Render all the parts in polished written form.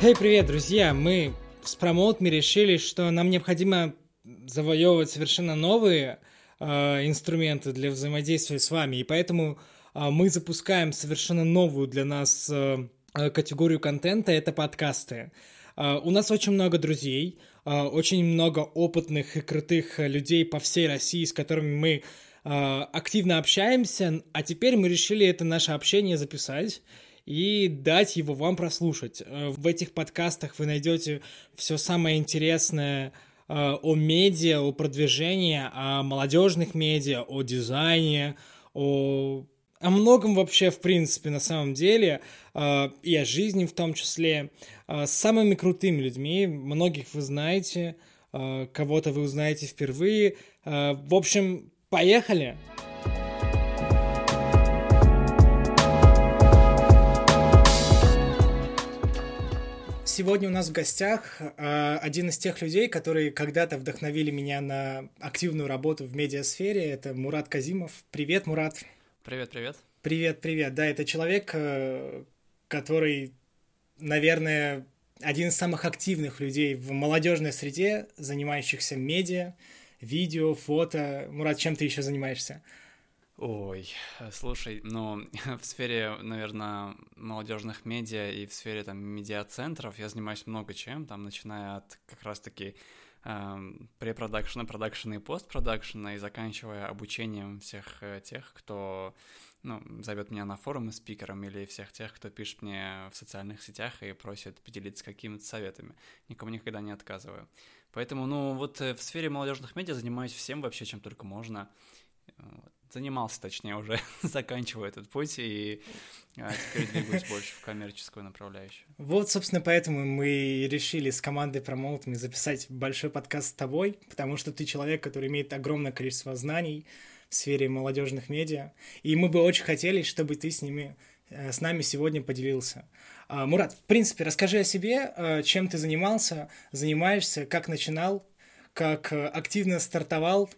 Привет, друзья! Мы с PromoteMe решили, что нам необходимо завоевывать совершенно новые инструменты для взаимодействия с вами, и поэтому мы запускаем совершенно новую для нас категорию контента — это подкасты. У нас очень много друзей, очень много опытных и крутых людей по всей России, с которыми мы активно общаемся, а теперь мы решили это наше общение записать и дать его вам прослушать. В этих подкастах вы найдете все самое интересное о медиа, о продвижении, о молодежных медиа, о дизайне, о многом вообще, в принципе, на самом деле, и о жизни в том числе, с самыми крутыми людьми. Многих вы знаете, кого-то вы узнаете впервые. В общем, поехали! Сегодня у нас в гостях один из тех людей, которые когда-то вдохновили меня на активную работу в медиасфере. Это Мурат Казимов. Привет, Мурат. Привет. Привет. Да, это человек, который, наверное, один из самых активных людей в молодежной среде, занимающихся медиа, видео, фото. Мурат, чем ты еще занимаешься? Ой, слушай, в сфере, наверное, молодежных медиа и в сфере там медиацентров я занимаюсь много чем, там, начиная от как раз-таки препродакшена, продакшена и постпродакшена, и заканчивая обучением всех тех, кто зовет меня на форумы спикером, или всех тех, кто пишет мне в социальных сетях и просит поделиться какими-то советами. Никому никогда не отказываю. Поэтому, в сфере молодежных медиа занимаюсь всем вообще, чем только можно. Занимался, точнее, уже заканчиваю этот путь и теперь двигаюсь больше в коммерческую направляющую. Вот, собственно, поэтому мы решили с командой PromoteMe записать большой подкаст с тобой, потому что ты человек, который имеет огромное количество знаний в сфере молодежных медиа, и мы бы очень хотели, чтобы ты с нами сегодня поделился. Мурат, в принципе, расскажи о себе, чем ты занимаешься, как начинал, как активно стартовал,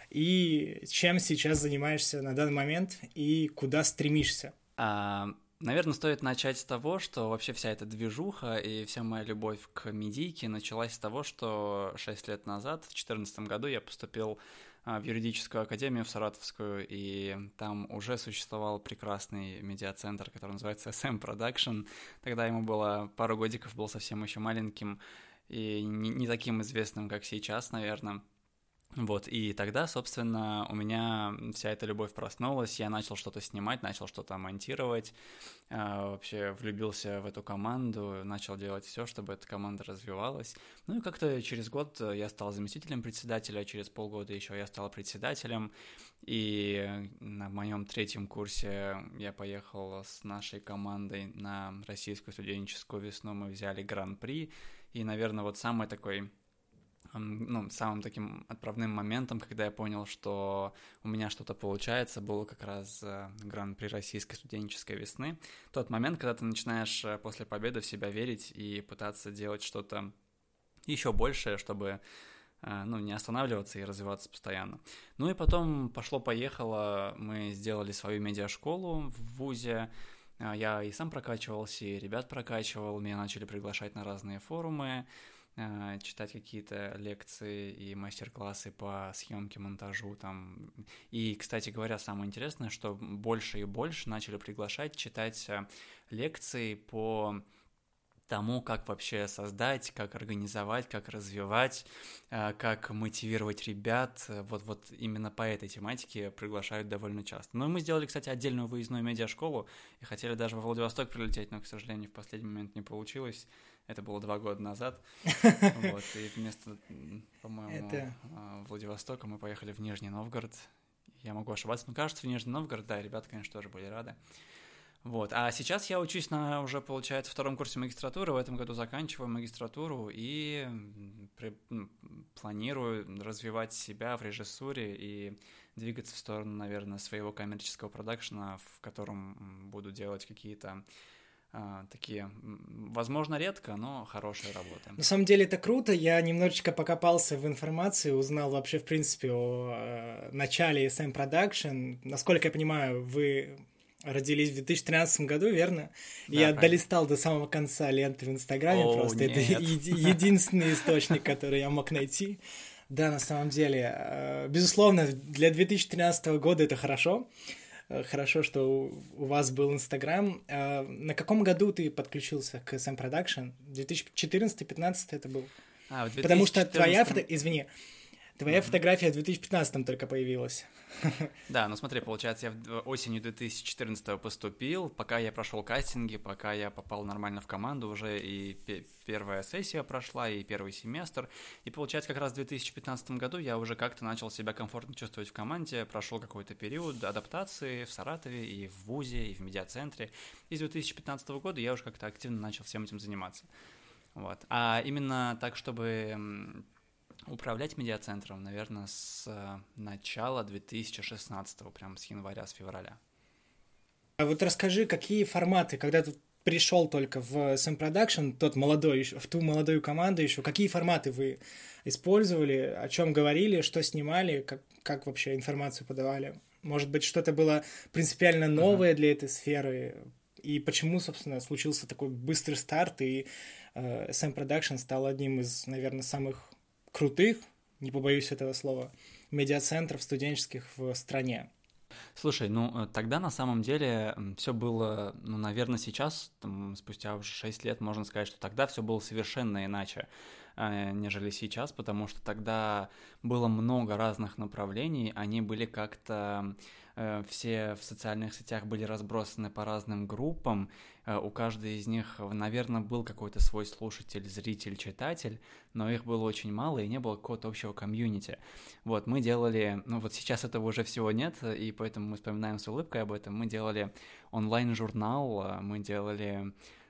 и чем сейчас занимаешься на данный момент, и куда стремишься? Наверное, стоит начать с того, что вообще вся эта движуха и вся моя любовь к медийке началась с того, что 6 лет назад, в 2014 году, я поступил в юридическую академию, в Саратовскую, и там уже существовал прекрасный медиацентр, который называется SM Production. Тогда ему было пару годиков, был совсем еще маленьким и не таким известным, как сейчас, наверное. И тогда, собственно, у меня вся эта любовь проснулась, я начал что-то снимать, начал что-то монтировать, вообще влюбился в эту команду, начал делать все, чтобы эта команда развивалась. И как-то через год я стал заместителем председателя, через полгода еще я стал председателем, и на моем 3-м курсе я поехал с нашей командой на Российскую студенческую весну, мы взяли гран-при, и, наверное, самый такой... самым таким отправным моментом, когда я понял, что у меня что-то получается, был как раз гран-при Российской студенческой весны. Тот момент, когда ты начинаешь после победы в себя верить и пытаться делать что-то еще большее, чтобы не останавливаться и развиваться постоянно. И потом пошло-поехало, мы сделали свою медиашколу в вузе. Я и сам прокачивался, и ребят прокачивал, меня начали приглашать на разные форумы, читать какие-то лекции и мастер-классы по съемке, монтажу там. И, кстати говоря, самое интересное, что больше и больше начали приглашать читать лекции по тому, как вообще создать, как организовать, как развивать, как мотивировать ребят. Вот именно по этой тематике приглашают довольно часто. Мы сделали, кстати, отдельную выездную медиашколу и хотели даже во Владивосток прилететь, но, к сожалению, в последний момент не получилось. Это было 2 года назад. И вместо, по-моему, Владивостока мы поехали в Нижний Новгород. Я могу ошибаться, но кажется, в Нижний Новгород, да, ребята, конечно, тоже были рады. А сейчас я учусь на уже, получается, 2-м курсе магистратуры, в этом году заканчиваю магистратуру и планирую развивать себя в режиссуре и двигаться в сторону, наверное, своего коммерческого продакшена, в котором буду делать какие-то такие, возможно, редко, но хорошие работы. На самом деле это круто, я немножечко покопался в информации, узнал вообще, в принципе, о начале SM Production. Насколько я понимаю, вы родились в 2013 году, верно? Да, Я правильно. долистал до самого конца ленты в Инстаграме О, просто. Это нет. единственный источник, который я мог найти. Да, на самом деле, безусловно, для 2013 года это хорошо. Хорошо, что у вас был Инстаграм. На каком году ты подключился к SM Production? 2014-2015 это был? В Потому что твоя 2014... извини, твоя фотография в 2015 только появилась. Да, ну смотри, получается, я осенью 2014 поступил, пока я прошел кастинги, пока я попал нормально в команду, уже и первая сессия прошла, и первый семестр, и получается, как раз в 2015 году я уже как-то начал себя комфортно чувствовать в команде, прошел какой-то период адаптации в Саратове, и в ВУЗе, и в медиацентре, и с 2015 года я уже как-то активно начал всем этим заниматься. Вот. А именно так, чтобы управлять медиацентром, наверное, с начала 2016-го, прям с января, с февраля. А вот расскажи, какие форматы, когда ты пришел только в SM Production, в ту молодую команду еще, какие форматы вы использовали, о чем говорили, что снимали, как вообще информацию подавали? Может быть, что-то было принципиально новое для этой сферы? И почему, собственно, случился такой быстрый старт, и SM Production стал одним из, наверное, самых крутых, не побоюсь этого слова, медиацентров студенческих в стране? Слушай, ну тогда на самом деле все было, ну, наверное, сейчас, спустя уже 6 лет, можно сказать, что тогда все было совершенно иначе, нежели сейчас, потому что тогда было много разных направлений, они были как-то все в социальных сетях были разбросаны по разным группам, у каждой из них, наверное, был какой-то свой слушатель, зритель, читатель, но их было очень мало и не было какого-то общего комьюнити. Вот, мы делали, ну вот сейчас этого уже всего нет, и поэтому мы вспоминаем с улыбкой об этом, мы делали онлайн-журнал, мы делали...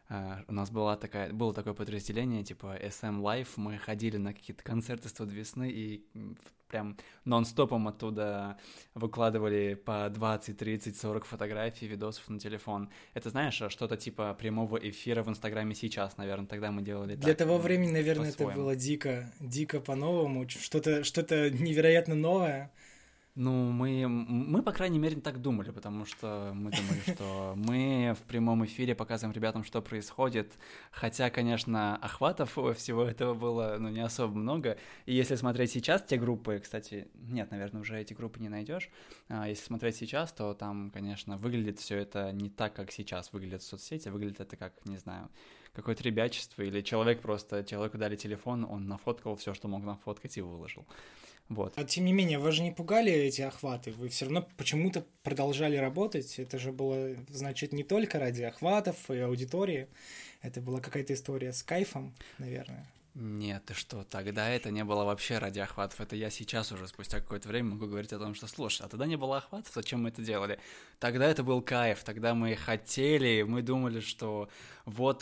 У нас было такое подразделение, типа SM Live, мы ходили на какие-то концерты 100 весны и прям нон-стопом оттуда выкладывали по 20, 30, 40 фотографий, видосов на телефон. Это, знаешь, что-то типа прямого эфира в Инстаграме сейчас, наверное, тогда мы делали так. Для того времени, наверное, это по-своему. было дико по-новому, что-то невероятно новое. Ну, мы, по крайней мере, так думали, потому что мы думали, что мы в прямом эфире показываем ребятам, что происходит, хотя, конечно, охватов у всего этого было, ну, не особо много, и если смотреть сейчас те группы, кстати, нет, наверное, уже эти группы не найдешь, если смотреть сейчас, то там, конечно, выглядит все это не так, как сейчас выглядит в соцсети, выглядит это как, не знаю, какое-то ребячество, или человеку дали телефон, он нафоткал все, что мог нафоткать, и выложил. Вот. А тем не менее, вас же не пугали эти охваты? Вы все равно почему-то продолжали работать. Это же было, значит, не только ради охватов и аудитории. Это была какая-то история с кайфом, наверное. Нет, ты что, тогда это не было вообще ради охватов. Это я сейчас уже, спустя какое-то время, могу говорить о том, что, слушай, а тогда не было охватов, зачем мы это делали? Тогда это был кайф, тогда мы хотели, мы думали, что вот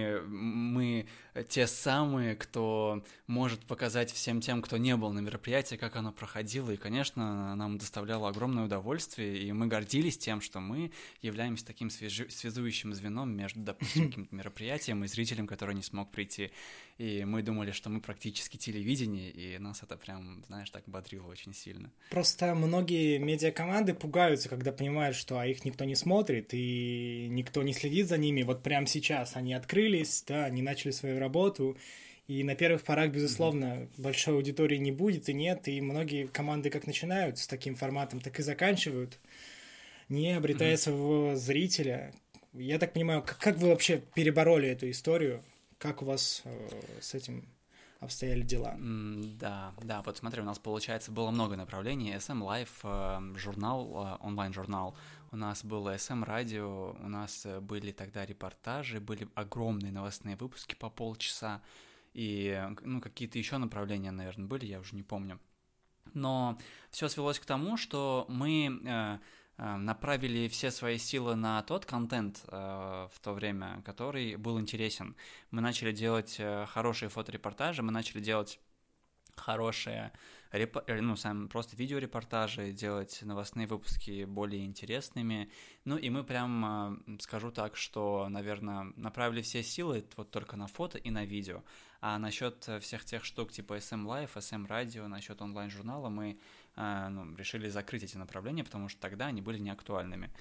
мы те самые, кто может показать всем тем, кто не был на мероприятии, как оно проходило, и, конечно, нам доставляло огромное удовольствие, и мы гордились тем, что мы являемся таким связующим звеном между, допустим, каким-то мероприятием и зрителем, который не смог прийти. И мы думали, что мы практически телевидение, и нас это прям, знаешь, так бодрило очень сильно. Просто многие медиакоманды пугаются, когда понимают, что их никто не смотрит, и никто не следит за ними. Вот прямо сейчас они открылись, да, они начали свою работу, и на первых порах, безусловно, большой аудитории не будет и нет, и многие команды как начинают с таким форматом, так и заканчивают, не обретая своего зрителя. Я так понимаю, как вы вообще перебороли эту историю? Как у вас с этим обстояли дела? Да, вот смотри, у нас, получается, было много направлений. SM Live, журнал, онлайн-журнал. У нас было SM радио, у нас были тогда репортажи, были огромные новостные выпуски по полчаса. И, ну, какие-то еще направления, наверное, были, я уже не помню. Но все свелось к тому, что мы направили все свои силы на тот контент в то время, который был интересен. Мы начали делать хорошие фоторепортажи, мы начали делать хорошие, просто видеорепортажи, делать новостные выпуски более интересными. Ну и мы прям, скажу так, что, наверное, направили все силы вот только на фото и на видео. А насчет всех тех штук типа SM Live, SM Radio, насчет онлайн-журнала мы решили закрыть эти направления, потому что тогда они были неактуальными.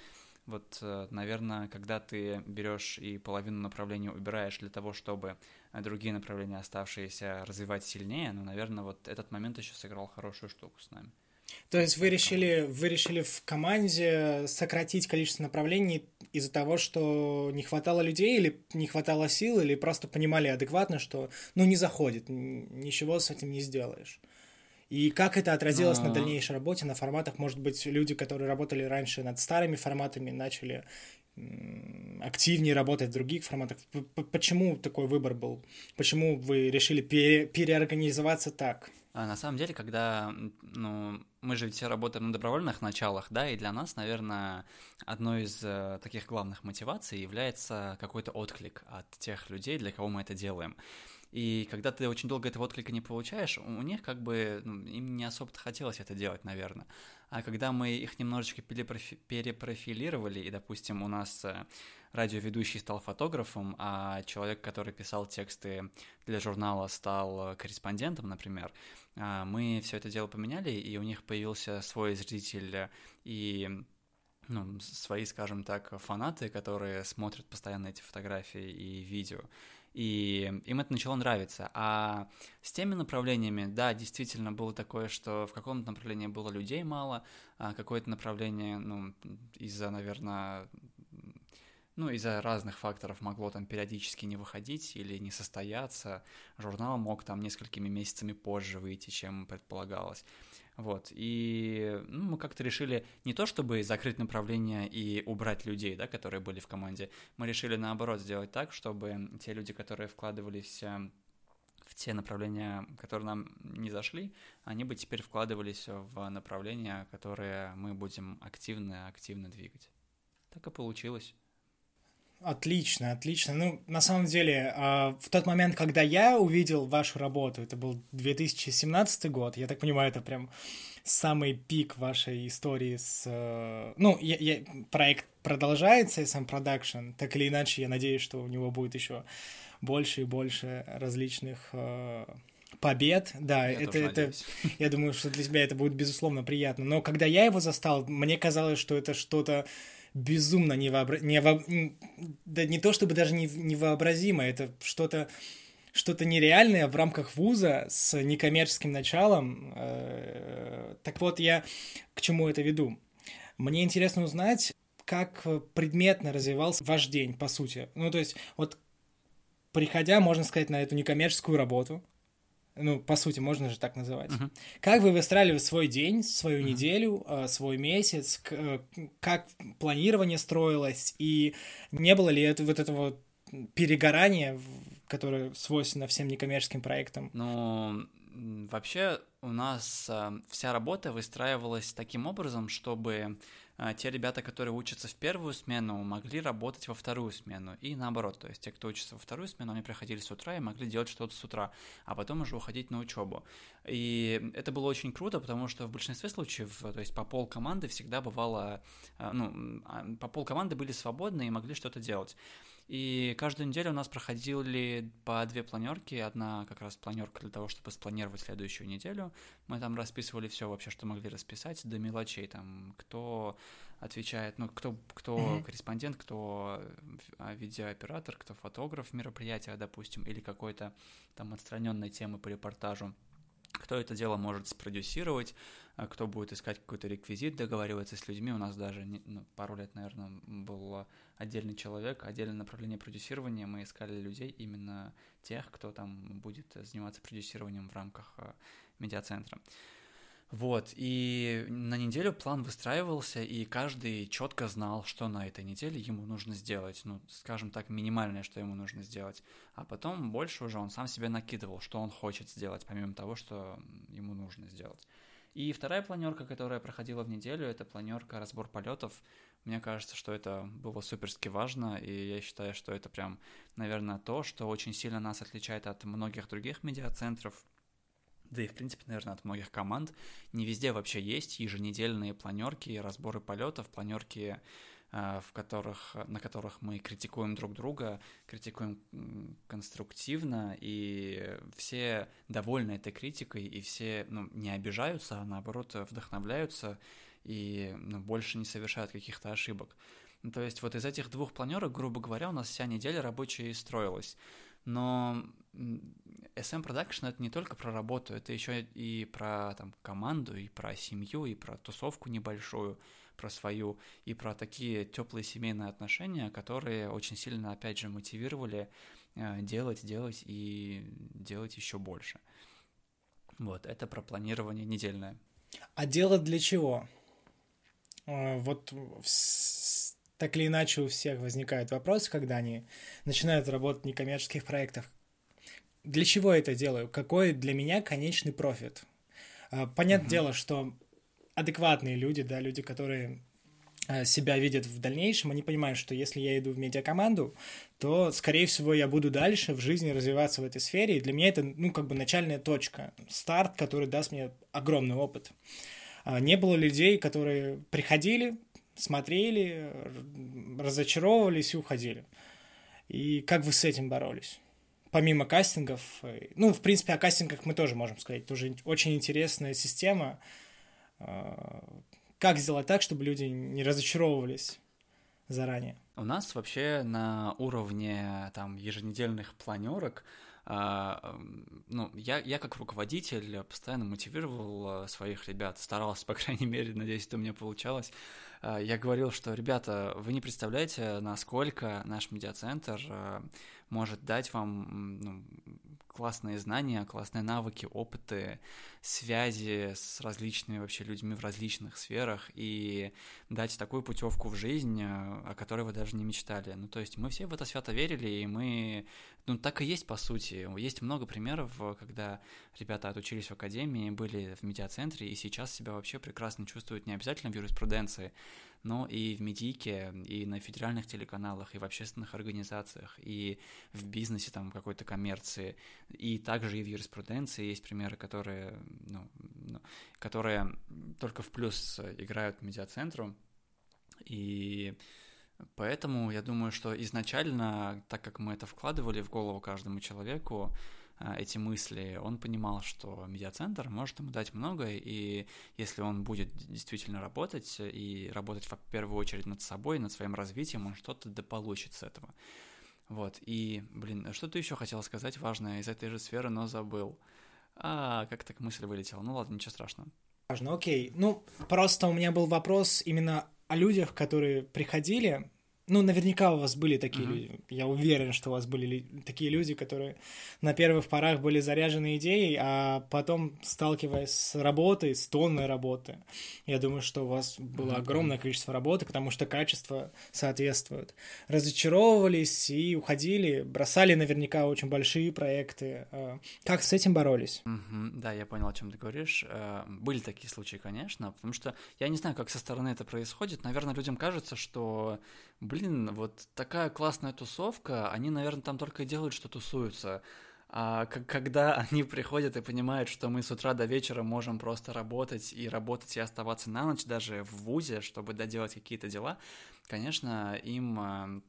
Вот, наверное, когда ты берешь и половину направления убираешь для того, чтобы другие направления оставшиеся развивать сильнее, ну, наверное, вот этот момент еще сыграл хорошую штуку с нами. То есть В команде. вы решили в команде сократить количество направлений из-за того, что не хватало людей или не хватало сил, или просто понимали адекватно, что ну не заходит, ничего с этим не сделаешь. И как это отразилось на Но дальнейшей работе, на форматах? Может быть, люди, которые работали раньше над старыми форматами, начали активнее работать в других форматах. Почему такой выбор был? Почему вы решили переорганизоваться так? на самом деле, когда, ну, мы же все работаем на добровольных началах, да, и для нас, наверное, одной из таких главных мотиваций является какой-то отклик от тех людей, для кого мы это делаем. И когда ты очень долго этого отклика не получаешь, у них как бы, ну, им не особо-то хотелось это делать, наверное. А когда мы их немножечко перепрофилировали, и, допустим, у нас радиоведущий стал фотографом, а человек, который писал тексты для журнала, стал корреспондентом, например, мы все это дело поменяли, и у них появился свой зритель и, ну, свои, скажем так, фанаты, которые смотрят постоянно эти фотографии и видео. И им это начало нравиться. А с теми направлениями, да, действительно было такое, что в каком-то направлении было людей мало, а какое-то направление, ну, из-за, наверное, ну, из-за разных факторов могло там периодически не выходить или не состояться. Журнал мог там несколькими месяцами позже выйти, чем предполагалось. Вот, и ну, мы как-то решили не то чтобы закрыть направление и убрать людей, да, которые были в команде, мы решили наоборот сделать так, чтобы те люди, которые вкладывались в те направления, которые нам не зашли, они бы теперь вкладывались в направления, которые мы будем активно двигать. Так и получилось. Отлично, отлично. Ну, на самом деле, в тот момент, когда я увидел вашу работу, это был 2017 год, я так понимаю, это прям самый пик вашей истории с... Ну, проект продолжается, и сам продакшн, так или иначе, я надеюсь, что у него будет еще больше и больше различных побед. Да, Я тоже это, надеюсь. я думаю, что для тебя это будет безусловно приятно. Но когда я его застал, мне казалось, что это что-то безумно да не то чтобы даже невообразимое, это что-то нереальное в рамках вуза с некоммерческим началом. Так вот, я к чему это веду? Мне интересно узнать, как предметно развивался ваш день, по сути. Ну, то есть, вот приходя, можно сказать, на эту некоммерческую работу, ну, по сути, можно же так называть. Мгм. Как вы выстраивали свой день, свою Мгм. неделю, свой месяц, как планирование строилось, и не было ли вот этого перегорания, которое свойственно всем некоммерческим проектам? Ну, вообще у нас вся работа выстраивалась таким образом, чтобы те ребята, которые учатся в первую смену, могли работать во вторую смену. И наоборот, то есть те, кто учится во вторую смену, они приходили с утра и могли делать что-то с утра, а потом уже уходить на учебу. И это было очень круто, потому что в большинстве случаев, то есть по пол команды всегда бывало, ну, по пол команды были свободны и могли что-то делать. И каждую неделю у нас проходили по 2 планерки. Одна как раз планерка для того, чтобы спланировать следующую неделю. Мы там расписывали все вообще, что могли расписать, до мелочей. Там, кто отвечает, ну, кто корреспондент, кто видеооператор, кто фотограф мероприятия, допустим, или какой-то там отстраненной темы по репортажу. Кто это дело может спродюсировать, кто будет искать какой-то реквизит, договариваться с людьми. У нас даже пару лет, наверное, был отдельный человек, отдельное направление продюсирования. Мы искали людей, именно тех, кто там будет заниматься продюсированием в рамках медиацентра. Вот, и на неделю план выстраивался, и каждый четко знал, что на этой неделе ему нужно сделать, ну, скажем так, минимальное, что ему нужно сделать, а потом больше уже он сам себе накидывал, что он хочет сделать, помимо того, что ему нужно сделать. И вторая планерка, которая проходила в неделю, это планерка разбор полетов. Мне кажется, что это было суперски важно, и я считаю, что это прям, наверное, то, что очень сильно нас отличает от многих других медиацентров, да и, в принципе, наверное, от многих команд. Не везде вообще есть еженедельные планерки, разборы полетов, планерки, на которых мы критикуем друг друга, критикуем конструктивно, и все довольны этой критикой, и все не обижаются, а наоборот вдохновляются и больше не совершают каких-то ошибок. Ну, то есть вот из этих 2 планерок, грубо говоря, у нас вся неделя рабочая и строилась. Но SM Production — это не только про работу, это еще и про там команду, и про семью, и про тусовку небольшую, про свою, и про такие теплые семейные отношения, которые очень сильно, опять же, мотивировали делать и делать еще больше. Вот, это про планирование недельное. А делать для чего? Вот так или иначе у всех возникают вопросы, когда они начинают работать в некоммерческих проектах. Для чего я это делаю? Какой для меня конечный профит? Понятное дело, что адекватные люди, да, люди, которые себя видят в дальнейшем, они понимают, что если я иду в медиакоманду, то, скорее всего, я буду дальше в жизни развиваться в этой сфере, и для меня это, начальная точка, старт, который даст мне огромный опыт. Не было людей, которые приходили, смотрели, разочаровывались и уходили. И как вы с этим боролись? Помимо кастингов, в принципе, о кастингах мы тоже можем сказать, тоже очень интересная система. Как сделать так, чтобы люди не разочаровывались заранее? У нас вообще на уровне там еженедельных планерок, я как руководитель постоянно мотивировал своих ребят, старался, по крайней мере, надеюсь, это у меня получалось. Я говорил, что, ребята, вы не представляете, насколько наш медиацентр может дать вам классные знания, классные навыки, опыты, связи с различными вообще людьми в различных сферах и дать такую путевку в жизнь, о которой вы даже не мечтали. Ну, то есть мы все в это свято верили, и мы... так и есть, по сути. Есть много примеров, когда ребята отучились в академии, были в медиацентре, и сейчас себя вообще прекрасно чувствуют не обязательно в юриспруденции, но и в медийке, и на федеральных телеканалах, и в общественных организациях, и в бизнесе, там, какой-то коммерции, и также и в юриспруденции есть примеры, которые только в плюс играют медиацентру, и поэтому я думаю, что изначально, так как мы это вкладывали в голову каждому человеку, эти мысли, он понимал, что медиацентр может ему дать многое, и если он будет действительно работать, и работать в первую очередь над собой, над своим развитием, он что-то дополучит с этого. Вот, и, что-то еще хотел сказать важное из этой же сферы, но забыл. Как так мысль вылетела? Ну ладно, ничего страшного. Важно, окей. Просто у меня был вопрос именно о людях, которые приходили. Наверняка у вас были такие люди. Я уверен, что у вас были такие люди, которые на первых порах были заряжены идеей, а потом, сталкиваясь с работой, с тонной работы, я думаю, что у вас было огромное количество работы, потому что качество соответствует. Разочаровывались и уходили, бросали наверняка очень большие проекты. Как с этим боролись? Да, я понял, о чем ты говоришь. Были такие случаи, конечно, потому что я не знаю, как со стороны это происходит. Наверное, людям кажется, что вот такая классная тусовка, они, наверное, там только и делают, что тусуются. А когда они приходят и понимают, что мы с утра до вечера можем просто работать и оставаться на ночь даже в вузе, чтобы доделать какие-то дела, конечно, им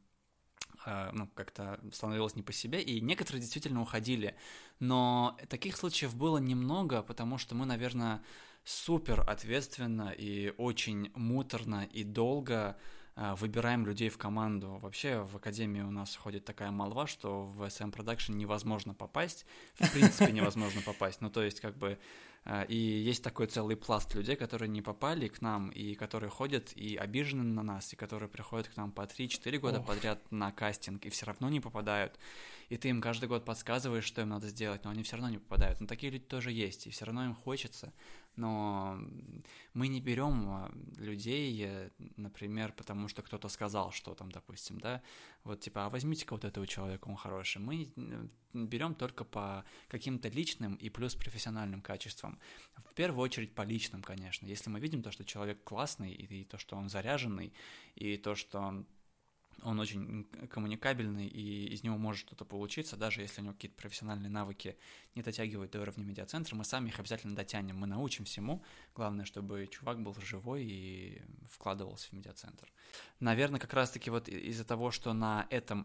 как-то становилось не по себе, и некоторые действительно уходили. Но таких случаев было немного, потому что мы, наверное, супер ответственно и очень муторно и долго выбираем людей в команду. Вообще в академии у нас ходит такая молва, что в SM Production невозможно попасть, в принципе невозможно попасть. То есть и есть такой целый пласт людей, которые не попали к нам, и которые ходят и обижены на нас, и которые приходят к нам по 3-4 года подряд на кастинг, и все равно не попадают. И ты им каждый год подсказываешь, что им надо сделать, но они все равно не попадают. Такие люди тоже есть, и все равно им хочется. Но мы не берем людей, например, потому что кто-то сказал, что там, допустим, да, а возьмите-ка вот этого человека, он хороший. Мы берем только по каким-то личным и плюс профессиональным качествам. В первую очередь по личным, конечно. Если мы видим то, что человек классный, и то, что он заряженный, и то, что он очень коммуникабельный, и из него может что-то получиться, даже если у него какие-то профессиональные навыки не дотягивают до уровня медиацентра, мы сами их обязательно дотянем, мы научим всему, главное, чтобы чувак был живой и вкладывался в медиацентр. Наверное, как раз-таки из-за того, что на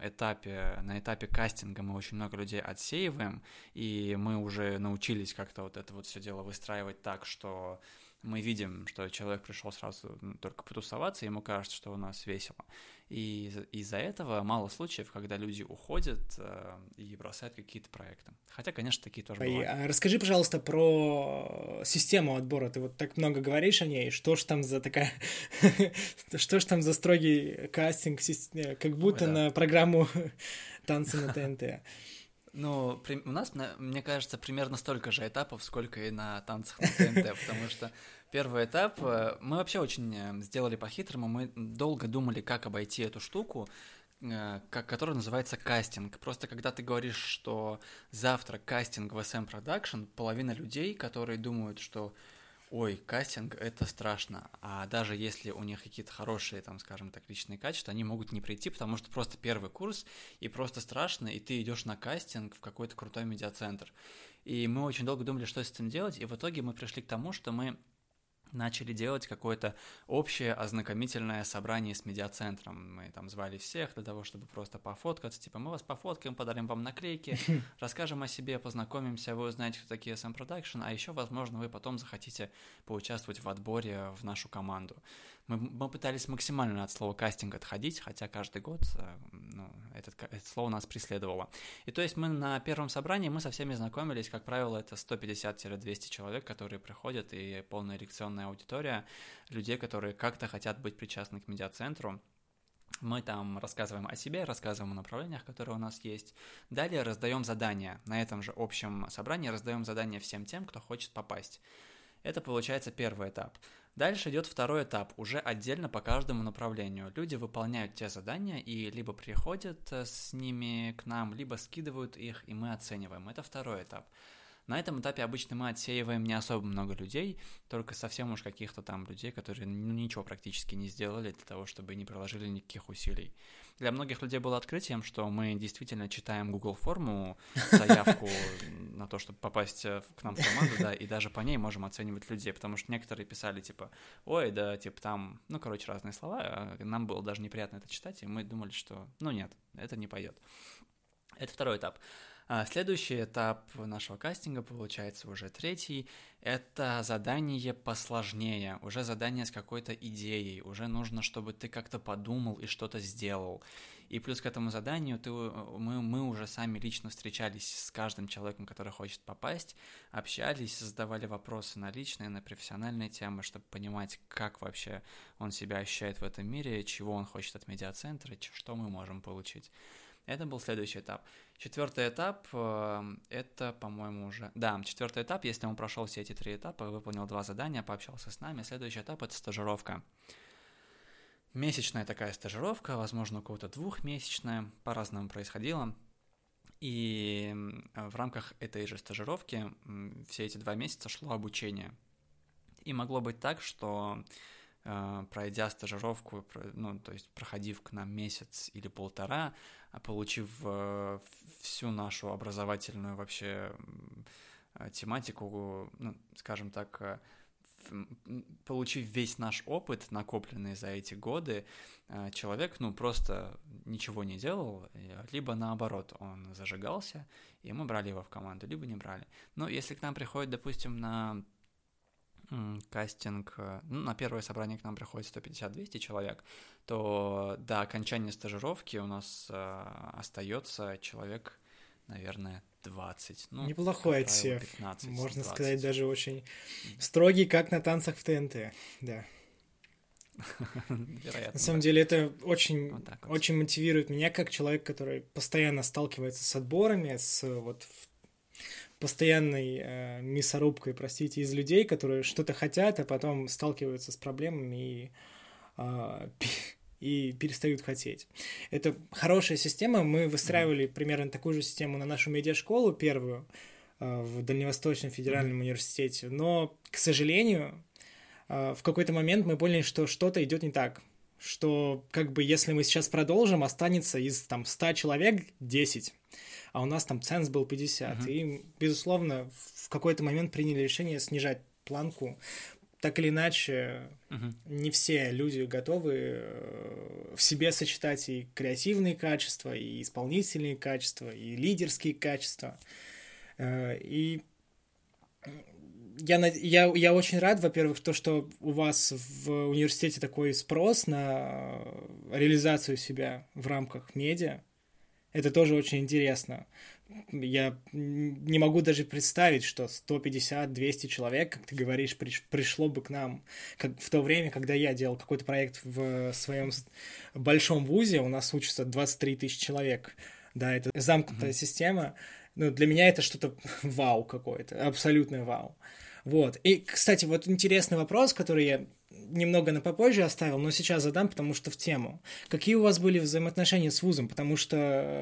этапе кастинга мы очень много людей отсеиваем, и мы уже научились как-то это все дело выстраивать так, что мы видим, что человек пришел сразу только потусоваться, ему кажется, что у нас весело. И из-за этого мало случаев, когда люди уходят и бросают какие-то проекты. Хотя, конечно, такие тоже бывают. Расскажи, пожалуйста, про систему отбора. Ты вот так много говоришь о ней. Что ж там за такая... Что ж там за строгий кастинг, как будто на программу «Танцы на ТНТ». Ну, у нас, мне кажется, примерно столько же этапов, сколько и на танцах на ТНТ, потому что первый этап мы вообще очень сделали по-хитрому, мы долго думали, как обойти эту штуку, которая называется кастинг. Просто когда ты говоришь, что завтра кастинг в SM Production, половина людей, которые думают, что ой, кастинг — это страшно, а даже если у них какие-то хорошие, там, скажем так, личные качества, они могут не прийти, потому что просто первый курс, и просто страшно, и ты идешь на кастинг в какой-то крутой медиацентр. И мы очень долго думали, что с этим делать, и в итоге мы пришли к тому, что мы начали делать какое-то общее ознакомительное собрание с медиацентром. Мы там звали всех для того, чтобы просто пофоткаться. Типа, мы вас пофоткаем, подарим вам наклейки, расскажем о себе, познакомимся, вы узнаете, кто такие SM Production, а еще, возможно, вы потом захотите поучаствовать в отборе в нашу команду. Мы пытались максимально от слова кастинг отходить, хотя каждый год это слово нас преследовало. И то есть мы на первом собрании мы со всеми знакомились, как правило, это 150-200 человек, которые приходят, и полная лекционная аудитория людей, которые как-то хотят быть причастны к медиацентру. Мы там рассказываем о себе, рассказываем о направлениях, которые у нас есть. Далее раздаем задания. На этом же общем собрании раздаем задания всем тем, кто хочет попасть. Это получается первый этап. Дальше идет второй этап, уже отдельно по каждому направлению. Люди выполняют те задания и либо приходят с ними к нам, либо скидывают их, и мы оцениваем. Это второй этап. На этом этапе обычно мы отсеиваем не особо много людей, только совсем уж каких-то там людей, которые ничего практически не сделали для того, чтобы не приложили никаких усилий. Для многих людей было открытием, что мы действительно читаем Google форму, заявку на то, чтобы попасть к нам в команду, да, и даже по ней можем оценивать людей, потому что некоторые писали, типа, ой, да, типа там, разные слова, нам было даже неприятно это читать, и мы думали, что, нет, это не пойдет. Это второй этап. Следующий этап нашего кастинга, получается уже третий, это задание посложнее, уже задание с какой-то идеей, уже нужно, чтобы ты как-то подумал и что-то сделал. И плюс к этому заданию мы уже сами лично встречались с каждым человеком, который хочет попасть, общались, задавали вопросы на личные, на профессиональные темы, чтобы понимать, как вообще он себя ощущает в этом мире, чего он хочет от медиацентра, что мы можем получить. Это был следующий этап. Четвертый этап, это, по-моему, уже... Да, четвертый этап, если он прошел все эти 3 этапа, выполнил 2 задания, пообщался с нами, следующий этап — это стажировка. Месячная такая стажировка, возможно, у кого-то 2-месячная, по-разному происходило. И в рамках этой же стажировки все эти 2 месяца шло обучение. И могло быть так, что пройдя стажировку, то есть проходив к нам месяц или полтора, получив всю нашу образовательную вообще тематику, скажем так, получив весь наш опыт, накопленный за эти годы, человек, просто ничего не делал, либо наоборот, он зажигался, и мы брали его в команду, либо не брали. Но если к нам приходит, допустим, на кастинг, на первое собрание к нам приходит 150-200 человек, то до окончания стажировки у нас остается человек, наверное, 20. Неплохой отсев. 15, можно 20. сказать, даже очень строгий, как на танцах в ТНТ. Да. Вероятно. На самом деле это очень, очень мотивирует меня, как человек, который постоянно сталкивается с отборами, с постоянной мясорубкой, простите, из людей, которые что-то хотят, а потом сталкиваются с проблемами и перестают хотеть. Это хорошая система. Мы выстраивали примерно такую же систему на нашу медиашколу первую в Дальневосточном федеральном университете, но, к сожалению, в какой-то момент мы поняли, что что-то идет не так, что если мы сейчас продолжим, останется из 100 человек 10, а у нас там ценз был 50. И, безусловно, в какой-то момент приняли решение снижать планку. Так или иначе, не все люди готовы в себе сочетать и креативные качества, и исполнительные качества, и лидерские качества. И я очень рад, во-первых, то, что у вас в университете такой спрос на реализацию себя в рамках медиа. Это тоже очень интересно. Я не могу даже представить, что 150-200 человек, как ты говоришь, пришло бы к нам. Как в то время, когда я делал какой-то проект в своем большом вузе, у нас учатся 23 тысячи человек. Да, это замкнутая система. Ну, для меня это что-то вау какое-то, абсолютное вау. Вот. И, кстати, вот интересный вопрос, который я немного на попозже оставил, но сейчас задам, потому что в тему. Какие у вас были взаимоотношения с вузом? Потому что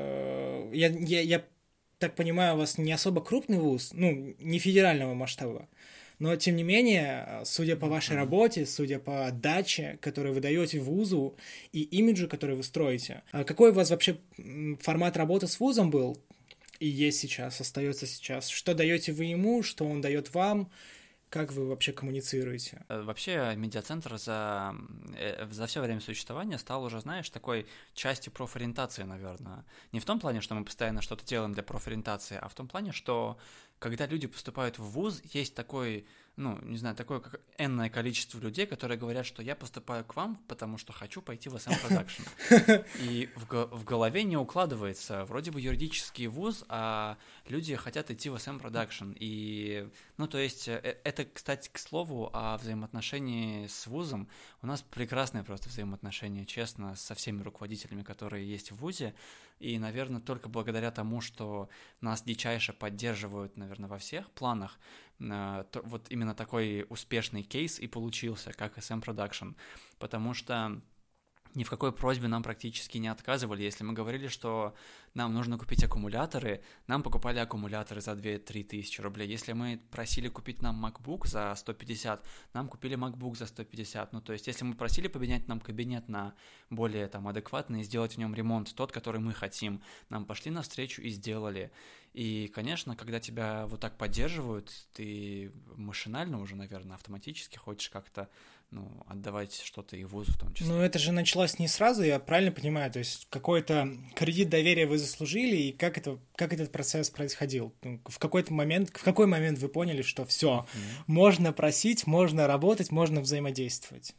я так понимаю, у вас не особо крупный вуз, ну, не федерального масштаба. Но, тем не менее, судя по вашей работе, судя по отдаче, которую вы даете вузу, и имиджу, который вы строите, какой у вас вообще формат работы с вузом был и есть сейчас, остается сейчас? Что даете вы ему, что он дает вам? Как вы вообще коммуницируете? Вообще, медиацентр за все время существования стал уже, знаешь, такой частью профориентации, наверное. Не в том плане, что мы постоянно что-то делаем для профориентации, а в том плане, что когда люди поступают в вуз, есть такой, ну, не знаю, такое как энное количество людей, которые говорят, что я поступаю к вам, потому что хочу пойти в SM Production. И в голове не укладывается, вроде бы юридический вуз, а люди хотят идти в SM Production. И, ну, то есть, это, кстати, к слову, о взаимоотношении с вузом. У нас прекрасные просто взаимоотношения, честно, со всеми руководителями, которые есть в вузе. И, наверное, только благодаря тому, что нас дичайше поддерживают, наверное, во всех планах, вот именно такой успешный кейс и получился, как SM Production. Потому что ни в какой просьбе нам практически не отказывали. Если мы говорили, что нам нужно купить аккумуляторы, нам покупали аккумуляторы за 2-3 тысячи рублей. Если мы просили купить нам MacBook за 150, нам купили MacBook за 150. Ну, то есть, если мы просили поменять нам кабинет на более там адекватный и сделать в нем ремонт, тот, который мы хотим, нам пошли навстречу и сделали. И, конечно, когда тебя вот так поддерживают, ты машинально уже, наверное, автоматически хочешь как-то, ну, отдавать что-то и вузу в том числе. Ну, это же началось не сразу, я правильно понимаю? То есть какой-то кредит доверия вы заслужили, и как этот процесс происходил? Ну, в какой момент вы поняли, что все, можно просить, можно работать, можно взаимодействовать?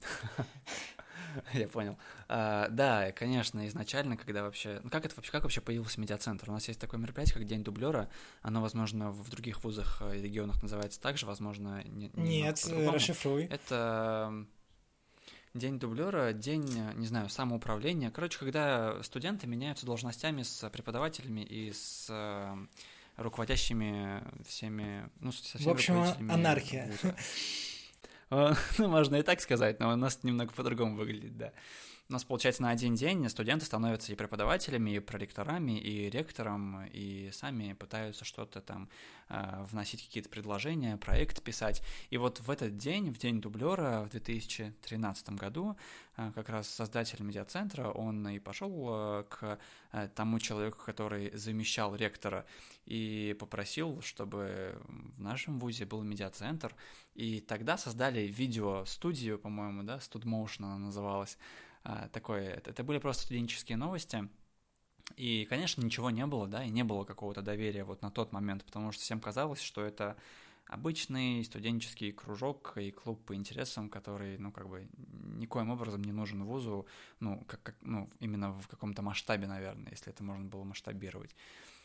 Я понял. Да, конечно, изначально, когда вообще... Ну, как вообще появился медиацентр? У нас есть такое мероприятие, как День дублера. Оно, возможно, в других вузах и регионах называется так же, возможно, Нет, расшифруй. Это День дублера, день, не знаю, самоуправления. Короче, когда студенты меняются должностями с преподавателями и с руководящими всеми... Ну, со всеми в общем, руководителями анархия. вуза. Ну, можно и так сказать, но у нас немного по-другому выглядит, да. У нас, получается, на один день студенты становятся и преподавателями, и проректорами, и ректором, и сами пытаются что-то там вносить какие-то предложения, проект писать. И вот в этот день, в день дублера в 2013 году, как раз создатель медиацентра, он и пошел к тому человеку, который замещал ректора, и попросил, чтобы в нашем вузе был медиацентр. И тогда создали видео-студию, по-моему, да, StudMotion она называлась. Такое, это были просто студенческие новости, и, конечно, ничего не было, да, и не было какого-то доверия вот на тот момент, потому что всем казалось, что это обычный студенческий кружок и клуб по интересам, который, ну, как бы никоим образом не нужен вузу, ну, ну, именно в каком-то масштабе, наверное, если это можно было масштабировать.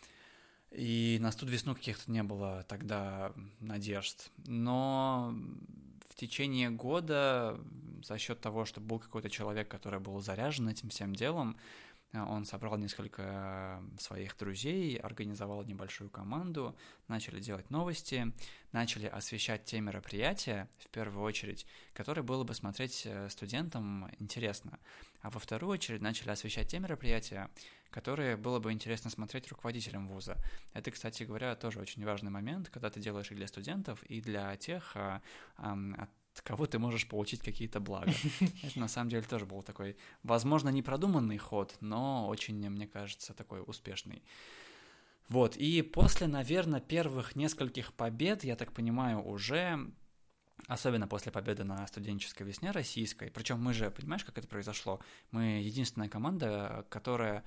И на студвесну каких-то не было тогда надежд, но в течение года за счет того, что был какой-то человек, который был заряжен этим всем делом, он собрал несколько своих друзей, организовал небольшую команду, начали делать новости, начали освещать те мероприятия, в первую очередь, которые было бы смотреть студентам интересно, а во вторую очередь начали освещать те мероприятия, которые было бы интересно смотреть руководителям вуза. Это, кстати говоря, тоже очень важный момент, когда ты делаешь и для студентов, и для тех, от кого ты можешь получить какие-то блага. Это, на самом деле, тоже был такой, возможно, непродуманный ход, но очень, мне кажется, такой успешный. Вот, и после, наверное, первых нескольких побед, я так понимаю, уже... Особенно после победы на студенческой весне российской. Причем мы же, понимаешь, как это произошло? Мы единственная команда, которая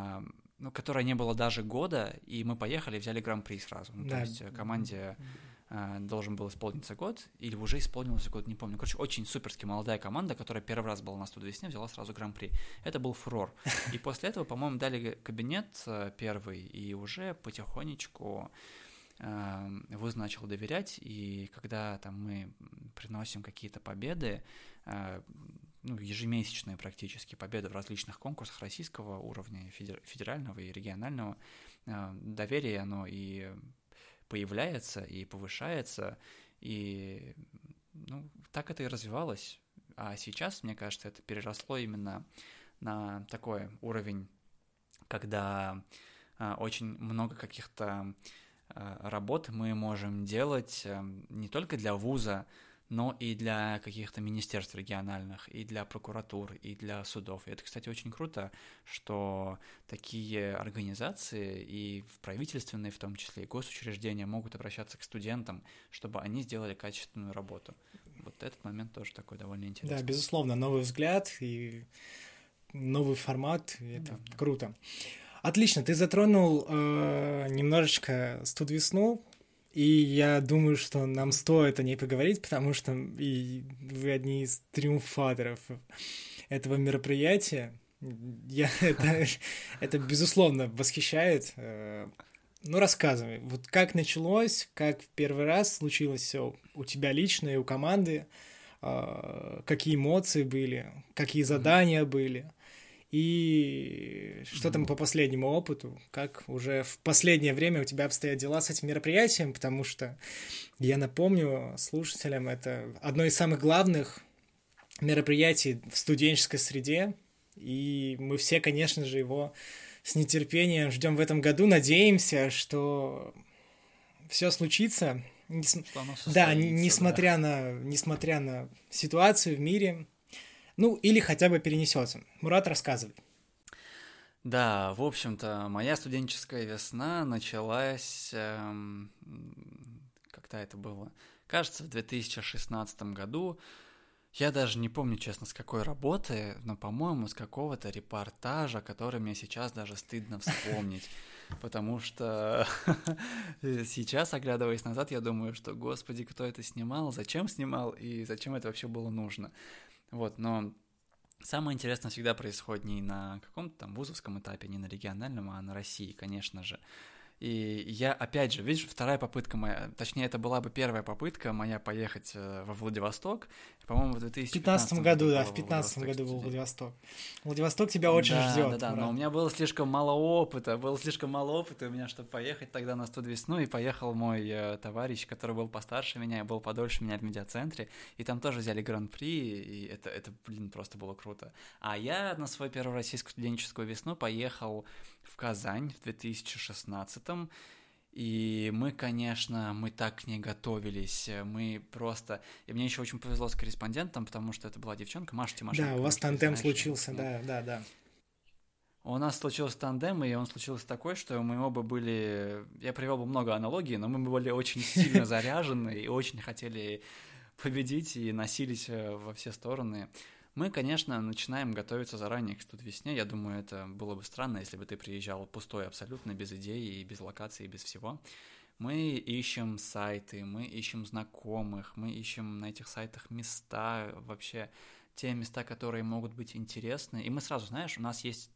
не было даже года, и мы поехали и взяли гран-при сразу. Ну, да. То есть команде должен был исполниться год, или уже исполнился год, не помню. Короче, очень суперски молодая команда, которая первый раз была на студвесне, взяла сразу гран-при. Это был фурор. И после этого, по-моему, дали кабинет первый, и уже потихонечку ВУЗ начал доверять, и когда там мы приносим какие-то победы, ежемесячные практически победы в различных конкурсах российского уровня, федерального и регионального, доверие, оно и появляется, и повышается, и так это и развивалось. А сейчас, мне кажется, это переросло именно на такой уровень, когда очень много каких-то работ мы можем делать не только для вуза, но и для каких-то министерств региональных, и для прокуратур, и для судов. И это, кстати, очень круто, что такие организации, и правительственные в том числе, и госучреждения могут обращаться к студентам, чтобы они сделали качественную работу. Вот этот момент тоже такой довольно интересный. Да, безусловно, новый взгляд и новый формат, и это круто. Отлично, ты затронул немножечко студвесну, и я думаю, что нам стоит о ней поговорить, потому что и вы одни из триумфаторов этого мероприятия. Это безусловно восхищает. Рассказывай, вот как началось, как в первый раз случилось все у тебя лично и у команды, какие эмоции были, какие задания были. И что там по последнему опыту, как уже в последнее время у тебя обстоят дела с этим мероприятием, потому что, я напомню слушателям, это одно из самых главных мероприятий в студенческой среде, и мы все, конечно же, его с нетерпением ждем в этом году, надеемся, что все случится, несмотря на ситуацию в мире, или хотя бы перенесется. Мурат, рассказывай. Да, в общем-то, моя студенческая весна началась, когда это было? Кажется, в 2016 году. Я даже не помню, честно, с какой работы, но, по-моему, с какого-то репортажа, который мне сейчас даже стыдно вспомнить. Потому что сейчас, оглядываясь назад, я думаю, что, господи, кто это снимал, зачем снимал и зачем это вообще было нужно. Вот, но самое интересное всегда происходит не на каком-то там вузовском этапе, не на региональном, а на России, конечно же. И я, опять же, видишь, вторая попытка моя, точнее, это была бы первая попытка моя поехать во Владивосток, по-моему, в 2015 году, да, в 2015 году был Владивосток. Владивосток тебя очень ждет. Да, но у меня было слишком мало опыта, у меня, чтобы поехать тогда на студвесну, и поехал мой товарищ, который был постарше меня, был подольше меня в медиацентре, и там тоже взяли гран-при, и это, просто было круто. А я на свою первую российскую студенческую весну поехал в Казань в 2016-м, и мы, конечно, так к ней готовились, мы просто... И мне еще очень повезло с корреспондентом, потому что это была девчонка, Маша Тимошенко. Да, у вас тандем случился, да. У нас случился тандем, и он случился такой, что мы оба были... Я привел бы много аналогий, но мы были очень сильно заряжены и очень хотели победить, и носились во все стороны. Мы, конечно, начинаем готовиться заранее к студвесне. Я думаю, это было бы странно, если бы ты приезжал пустой абсолютно, без идей, и без локаций, и без всего. Мы ищем сайты, мы ищем знакомых, мы ищем на этих сайтах места, вообще те места, которые могут быть интересны. И мы сразу, знаешь, у нас есть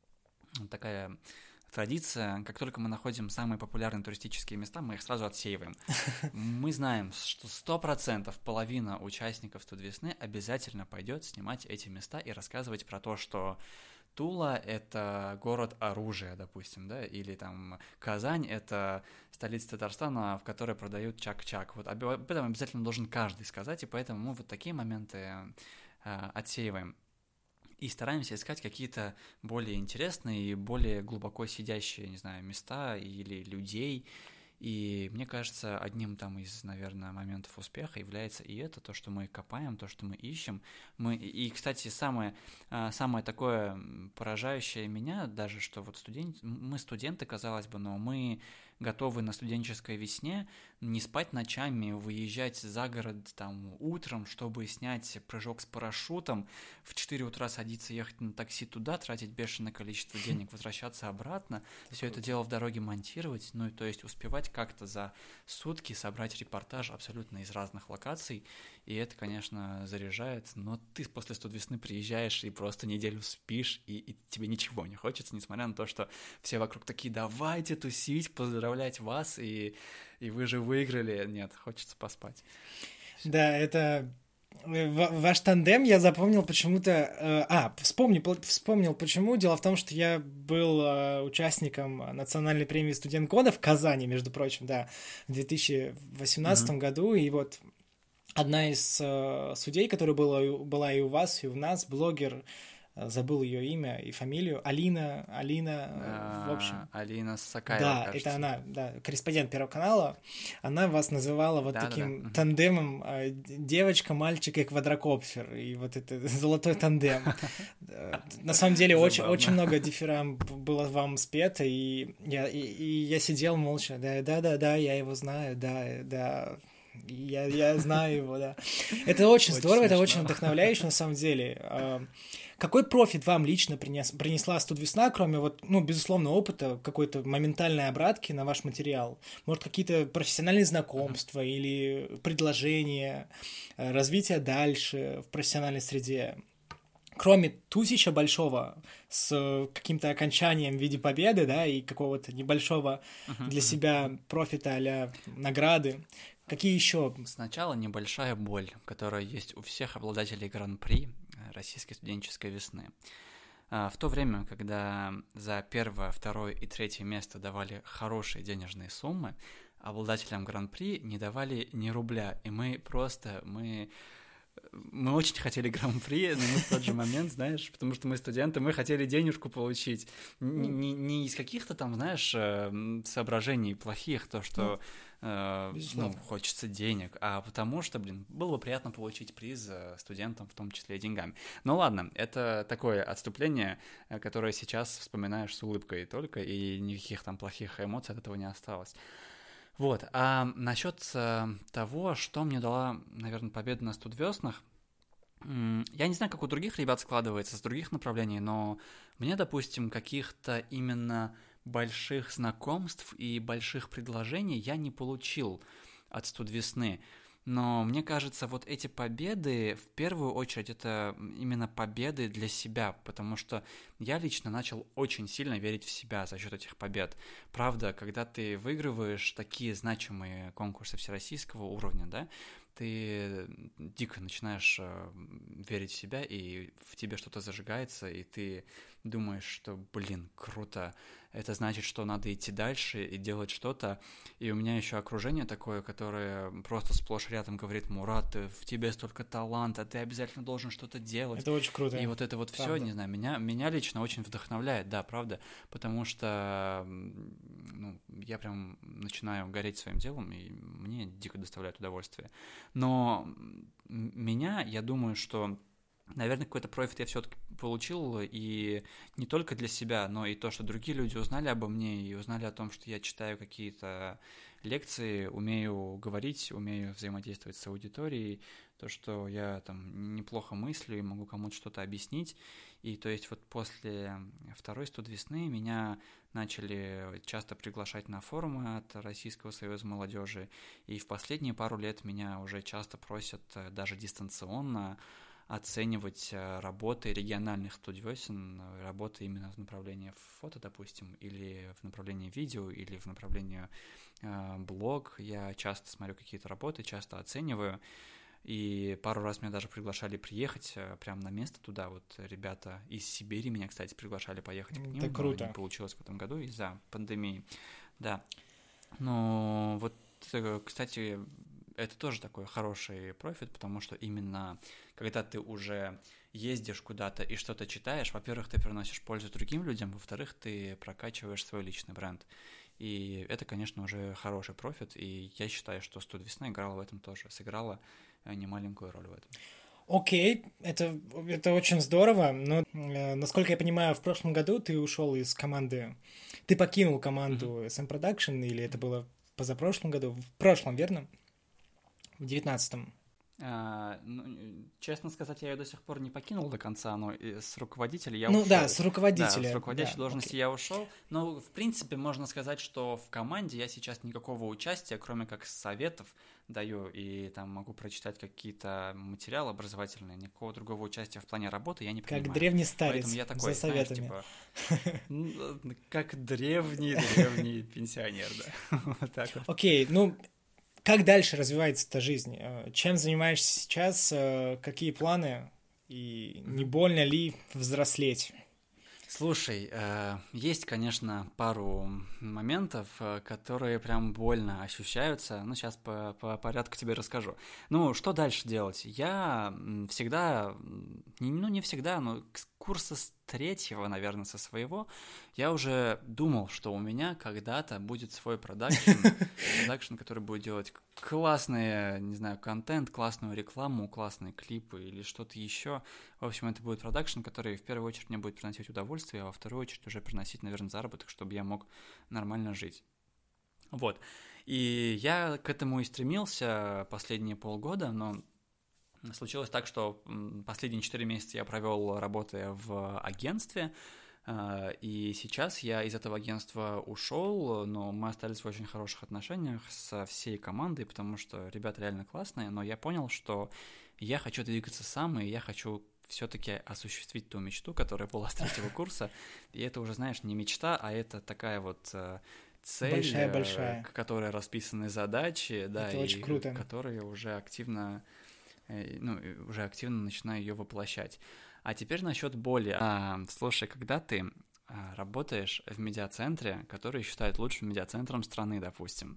такая традиция, как только мы находим самые популярные туристические места, мы их сразу отсеиваем. Мы знаем, что 100% половина участников студвесны обязательно пойдет снимать эти места и рассказывать про то, что Тула — это город оружия, допустим, да, или там Казань — это столица Татарстана, в которой продают чак-чак. Вот об этом обязательно должен каждый сказать, и поэтому мы вот такие моменты отсеиваем. И стараемся искать какие-то более интересные и более глубоко сидящие, не знаю, места или людей. И мне кажется, одним там из, наверное, моментов успеха является и это, то, что мы копаем, то, что мы ищем. И, кстати, самое такое поражающее меня даже, что вот мы студенты, казалось бы, но мы готовы на студенческой весне не спать ночами, выезжать за город там утром, чтобы снять прыжок с парашютом, в 4 утра садиться, ехать на такси туда, тратить бешеное количество денег, возвращаться обратно, все это дело в дороге монтировать, ну и то есть успевать как-то за сутки собрать репортаж абсолютно из разных локаций, и это, конечно, заряжает, но ты после студвесны приезжаешь и просто неделю спишь, и тебе ничего не хочется, несмотря на то, что все вокруг такие: давайте тусить, поздравлять вас, и вы же выиграли. Нет, хочется поспать. Да, это ваш тандем я запомнил почему-то... вспомнил почему. Дело в том, что я был участником национальной премии «Студент года» в Казани, между прочим, да, в 2018 году, и вот одна из судей, которая была и у вас, и у нас, блогер, забыл ее имя и фамилию, Алина, в общем. Алина Сакаева, да, кажется. это она, да, корреспондент Первого канала. Она вас называла вот таким тандемом девочка, мальчик и квадрокоптер. И вот это золотой тандем. На самом деле очень много дифирам было вам спето, и я сидел молча. Да, я его знаю, да. Я знаю его, да. Это очень здорово, это очень вдохновляюще на самом деле. Какой профит вам лично принесла студвесна, кроме безусловно, опыта, какой-то моментальной обратки на ваш материал? Может, какие-то профессиональные знакомства или предложения, развитие дальше в профессиональной среде? Кроме тусича большого с каким-то окончанием в виде победы, да, и какого-то небольшого для себя профита а-ля награды, какие еще? Сначала небольшая боль, которая есть у всех обладателей гран-при российской студенческой весны. В то время, когда за первое, второе и третье место давали хорошие денежные суммы, обладателям гран-при не давали ни рубля, и мы очень хотели гран-при, но мы в тот же момент, знаешь, потому что мы студенты, мы хотели денежку получить. Не из каких-то там, знаешь, соображений плохих, то, что хочется денег, а потому что, было бы приятно получить приз студентам, в том числе и деньгами. Ну ладно, это такое отступление, которое сейчас вспоминаешь с улыбкой только, и никаких там плохих эмоций от этого не осталось. Вот, а насчет того, что мне дала, наверное, победа на студвеснах, я не знаю, как у других ребят складывается, с других направлений, но мне, допустим, каких-то именно больших знакомств и больших предложений я не получил от студвесны. Но мне кажется, вот эти победы, в первую очередь, это именно победы для себя, потому что я лично начал очень сильно верить в себя за счет этих побед. Правда, когда ты выигрываешь такие значимые конкурсы всероссийского уровня, да, ты дико начинаешь верить в себя, и в тебе что-то зажигается, и ты думаешь, что, круто, это значит, что надо идти дальше и делать что-то. И у меня еще окружение такое, которое просто сплошь рядом говорит: Мурат, в тебе столько таланта, ты обязательно должен что-то делать. Это очень круто. И вот это вот все, не знаю, меня лично очень вдохновляет, да, правда, потому что я прям начинаю гореть своим делом, и мне дико доставляет удовольствие. Но я думаю, что, наверное, какой-то профит я все-таки получил, и не только для себя, но и то, что другие люди узнали обо мне и узнали о том, что я читаю какие-то лекции, умею говорить, умею взаимодействовать с аудиторией, то, что я там неплохо мыслю и могу кому-то что-то объяснить. И то есть вот после второй студвесны меня начали часто приглашать на форумы от Российского союза молодежи, и в последние пару лет меня уже часто просят даже дистанционно оценивать работы региональных студвесен, работы именно в направлении фото, допустим, или в направлении видео, или в направлении блог. Я часто смотрю какие-то работы, часто оцениваю, и пару раз меня даже приглашали приехать прямо на место туда. Вот ребята из Сибири меня, кстати, приглашали поехать к ним, но не получилось в этом году из-за пандемии. Да. Но вот, кстати, это тоже такой хороший профит, потому что именно когда ты уже ездишь куда-то и что-то читаешь, во-первых, ты приносишь пользу другим людям, во-вторых, ты прокачиваешь свой личный бренд. И это, конечно, уже хороший профит, и я считаю, что студвесна сыграла немаленькую роль в этом. Окей, это очень здорово, но, насколько я понимаю, в прошлом году ты ушел из команды, ты покинул Мгм. команду SM Production, или это было позапрошлом году? В прошлом, верно? В 19-м. Честно сказать, я ее до сих пор не покинул до конца, но с руководителя я Ну да, ушел. с Да, с руководителя, руководящей да, должности окей. я ушел, но в принципе можно сказать, что в команде я сейчас никакого участия, кроме как советов даю и там могу прочитать какие-то материалы образовательные, никакого другого участия в плане работы я не Как принимаю. древний Поэтому старец я за такой, знаешь, советами. типа, как древний пенсионер, да, вот так вот. Окей, ну, как дальше развивается эта жизнь? Чем занимаешься сейчас? Какие планы? И не больно ли взрослеть? Слушай, есть, конечно, пару моментов, которые прям больно ощущаются. Ну, сейчас по порядку тебе расскажу. Ну, что дальше делать? Я всегда, ну, не всегда, но с курса с третьего, наверное, со своего, я уже думал, что у меня когда-то будет свой продакшн, который будет делать классный, не знаю, контент, классную рекламу, классные клипы или что-то еще. В общем, это будет продакшн, который в первую очередь мне будет приносить удовольствие, а во вторую очередь уже приносить, наверное, заработок, чтобы я мог нормально жить. Вот. И я к этому и стремился последние полгода, но случилось так, что последние 4 месяца я провел, работая в агентстве, и сейчас я из этого агентства ушел, но мы остались в очень хороших отношениях со всей командой, потому что ребята реально классные, но я понял, что я хочу двигаться сам, и я хочу все-таки осуществить ту мечту, которая была с третьего курса. И это уже, знаешь, не мечта, а это такая вот цель, Большая-большая. к которой расписаны задачи, да, Это очень и круто. которые уже активно, ну, уже активно начинаю ее воплощать. А теперь насчет боли. Слушай, когда ты работаешь в медиацентре, который считают лучшим медиацентром страны, допустим,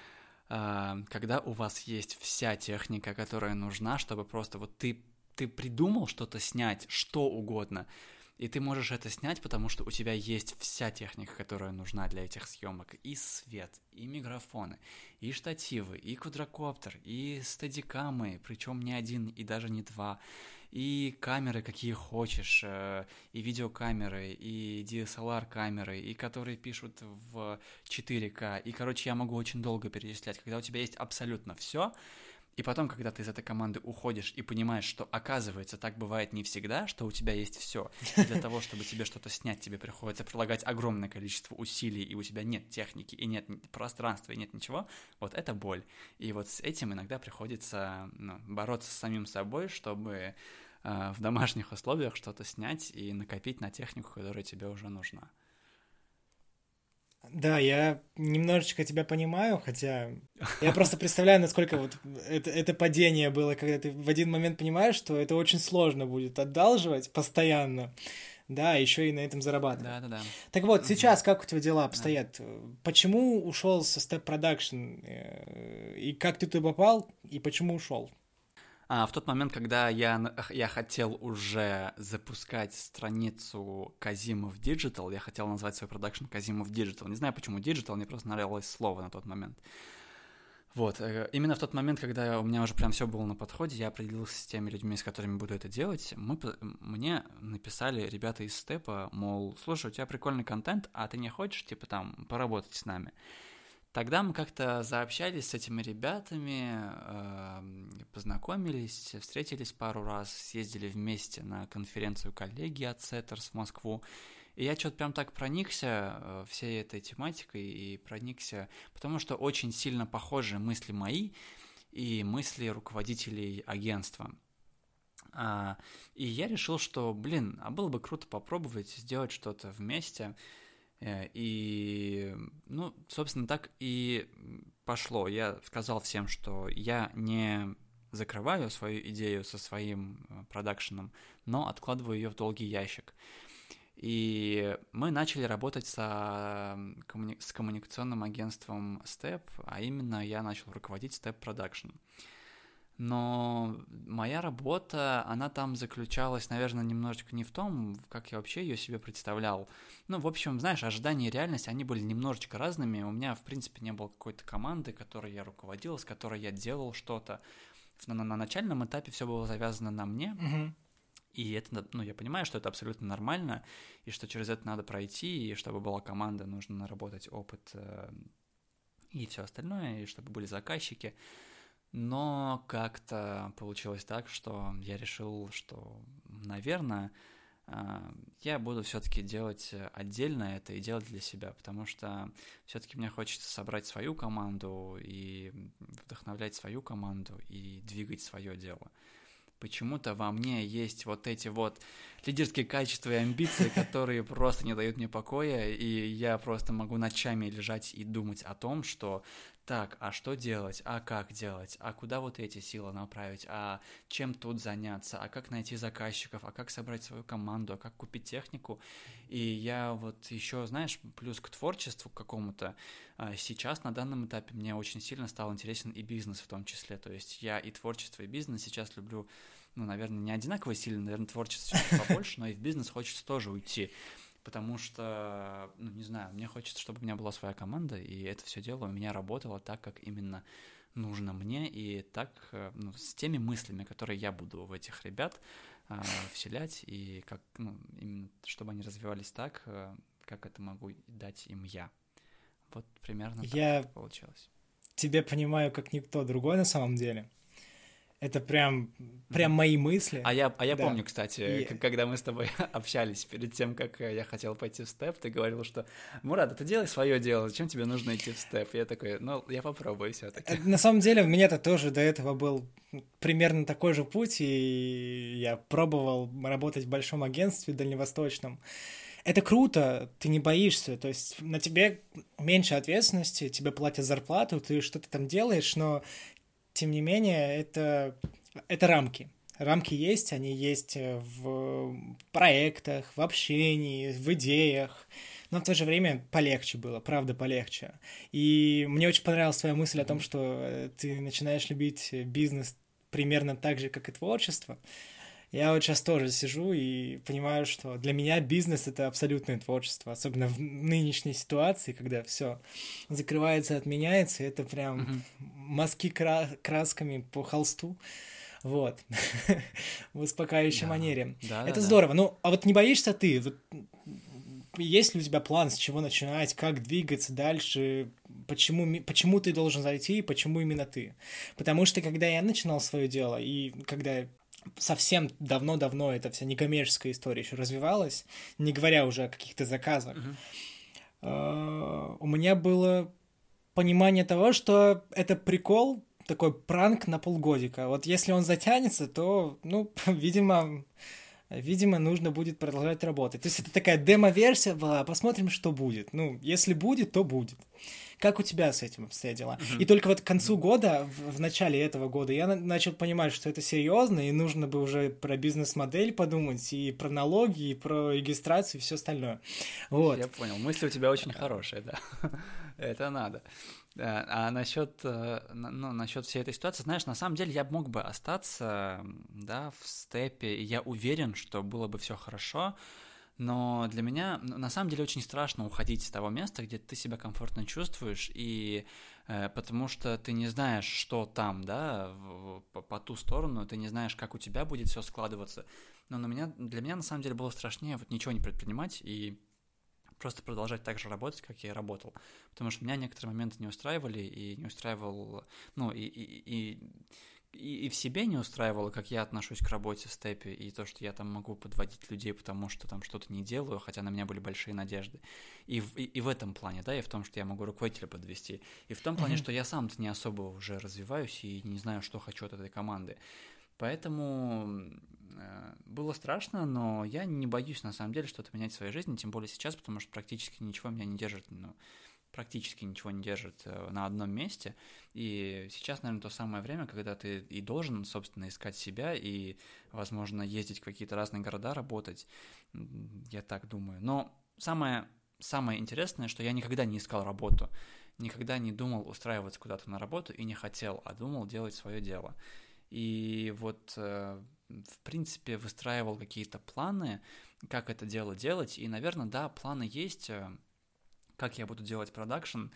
когда у вас есть вся техника, которая нужна, чтобы просто вот ты придумал что-то снять, что угодно, и ты можешь это снять, потому что у тебя есть вся техника, которая нужна для этих съемок. И свет, и микрофоны, и штативы, и квадрокоптер, и стадикамы, причем не один и даже не два, и камеры, какие хочешь, и видеокамеры, и DSLR-камеры, и которые пишут в 4К. И, короче, я могу очень долго перечислять. Когда у тебя есть абсолютно все, и потом, когда ты из этой команды уходишь и понимаешь, что, оказывается, так бывает не всегда, что у тебя есть все, и для того, чтобы тебе что-то снять, тебе приходится прилагать огромное количество усилий, и у тебя нет техники, и нет пространства, и нет ничего, вот это боль. И вот с этим иногда приходится, ну, бороться с самим собой, чтобы в домашних условиях что-то снять и накопить на технику, которая тебе уже нужна. Да, я немножечко тебя понимаю, хотя я просто представляю, насколько вот это падение было, когда ты в один момент понимаешь, что это очень сложно будет одалживать постоянно, да, еще и на этом зарабатывать. Да-да-да. Так вот, Мгм. сейчас как у тебя дела Да. обстоят? Почему ушел со Step Production? И как ты туда попал? И почему ушел? В тот момент, когда я хотел уже запускать страницу Казимов Digital, я хотел назвать свой продакшн Казимов Digital. Не знаю, почему Digital, мне просто нравилось слово на тот момент. Вот, именно в тот момент, когда у меня уже прям все было на подходе, я определился с теми людьми, с которыми буду это делать, мне написали ребята из Степа, мол, слушай, у тебя прикольный контент, а ты не хочешь, типа, там, поработать с нами? Тогда мы как-то заобщались с этими ребятами, познакомились, встретились пару раз, съездили вместе на конференцию коллеги от Setters в Москву. И я что-то прям так проникся всей этой тематикой и проникся, потому что очень сильно похожи мысли мои и мысли руководителей агентства. И я решил, что, блин, а было бы круто попробовать сделать что-то вместе. И, ну, собственно, так и пошло. Я сказал всем, что я не закрываю свою идею со своим продакшеном, но откладываю ее в долгий ящик. И мы начали работать с коммуникационным агентством Step, а именно я начал руководить Step Production. Но моя работа, она там заключалась, наверное, немножечко не в том, как я вообще ее себе представлял. Ну, в общем, знаешь, ожидания и реальность, они были немножечко разными. У меня, в принципе, не было какой-то команды, которой я руководил, с которой я делал что-то. на начальном этапе все было завязано на мне, и это, ну, я понимаю, что это абсолютно нормально, и что через это надо пройти, и чтобы была команда, нужно наработать опыт и все остальное, и чтобы были заказчики. Но как-то получилось так, что я решил, что, наверное, я буду все-таки делать отдельно это и делать для себя, потому что все-таки мне хочется собрать свою команду и вдохновлять свою команду и двигать свое дело. Почему-то во мне есть вот эти вот лидерские качества и амбиции, которые просто не дают мне покоя, и я просто могу ночами лежать и думать о том, что так, а что делать, а как делать, а куда вот эти силы направить, а чем тут заняться, а как найти заказчиков, а как собрать свою команду, а как купить технику. И я вот еще, знаешь, плюс к творчеству какому-то, сейчас на данном этапе мне очень сильно стал интересен и бизнес в том числе. То есть я и творчество, и бизнес сейчас люблю, ну, наверное, не одинаково сильно, наверное, творчество все-таки побольше, но и в бизнес хочется тоже уйти. Потому что, ну, не знаю, мне хочется, чтобы у меня была своя команда, и это все дело у меня работало так, как именно нужно мне, и так, ну, с теми мыслями, которые я буду в этих ребят вселять, и как, ну, именно, чтобы они развивались так, как это могу дать им я. Вот примерно так это получилось. Тебя понимаю как никто другой на самом деле. Это прям мои мысли. А я помню, кстати, когда мы с тобой общались перед тем, как я хотел пойти в степ, ты говорил, что Мурат, ты делай свое дело, зачем тебе нужно идти в степ? Я такой, ну, я попробую все-таки. На самом деле, у меня-то тоже до этого был примерно такой же путь, и я пробовал работать в большом агентстве дальневосточном. Это круто, ты не боишься, то есть на тебе меньше ответственности, тебе платят зарплату, ты что-то там делаешь, но тем не менее это рамки. Рамки есть, они есть в проектах, в общении, в идеях, но в то же время полегче было, правда, полегче. И мне очень понравилась твоя мысль о том, что ты начинаешь любить бизнес примерно так же, как и творчество. Я вот сейчас тоже сижу и понимаю, что для меня бизнес — это абсолютное творчество, особенно в нынешней ситуации, когда все закрывается, отменяется, это прям мазки красками по холсту, вот, в успокаивающей манере. Это здорово. Ну, а вот не боишься ты? Вот, есть ли у тебя план, с чего начинать, как двигаться дальше, почему ты должен зайти и почему именно ты? Потому что, когда я начинал свое дело, и когда совсем давно-давно эта вся некоммерческая история еще развивалась, не говоря уже о каких-то заказах, у меня было понимание того, что это прикол, такой пранк на полгодика. Вот если он затянется, то, ну, видимо, нужно будет продолжать работать. То есть это такая демо-версия была, посмотрим, что будет. Ну, если будет, то будет. Как у тебя с этим обстоят дела? И только вот к концу года, в начале этого года, я начал понимать, что это серьезно, и нужно бы уже про бизнес-модель подумать, и про налоги, и про регистрацию, и все остальное. Вот. Я понял. Мысли у тебя очень хорошие, да. Это надо. А насчет всей этой ситуации, знаешь, на самом деле я мог бы остаться, да, в степе, и я уверен, что было бы все хорошо. Но для меня, на самом деле, очень страшно уходить с того места, где ты себя комфортно чувствуешь, и потому что ты не знаешь, что там, да, по ту сторону, ты не знаешь, как у тебя будет все складываться. Но для меня, на самом деле, было страшнее вот ничего не предпринимать и просто продолжать так же работать, как я и работал. Потому что меня некоторые моменты не устраивали, и не устраивал, ну, и в себе не устраивало, как я отношусь к работе в степе, и то, что я там могу подводить людей, потому что там что-то не делаю, хотя на меня были большие надежды. И в этом плане, да, и в том, что я могу руководителя подвести. И в том плане, что я сам-то не особо уже развиваюсь и не знаю, что хочу от этой команды. Поэтому было страшно, но я не боюсь, на самом деле, что-то менять в своей жизни, тем более сейчас, потому что практически ничего меня не держит, практически ничего не держит на одном месте, и сейчас, наверное, то самое время, когда ты и должен, собственно, искать себя и, возможно, ездить в какие-то разные города, работать, я так думаю. Но самое интересное, что я никогда не искал работу, никогда не думал устраиваться куда-то на работу и не хотел, а думал делать свое дело. И вот, в принципе, выстраивал какие-то планы, как это дело делать, и, наверное, да, планы есть. Как я буду делать продакшн,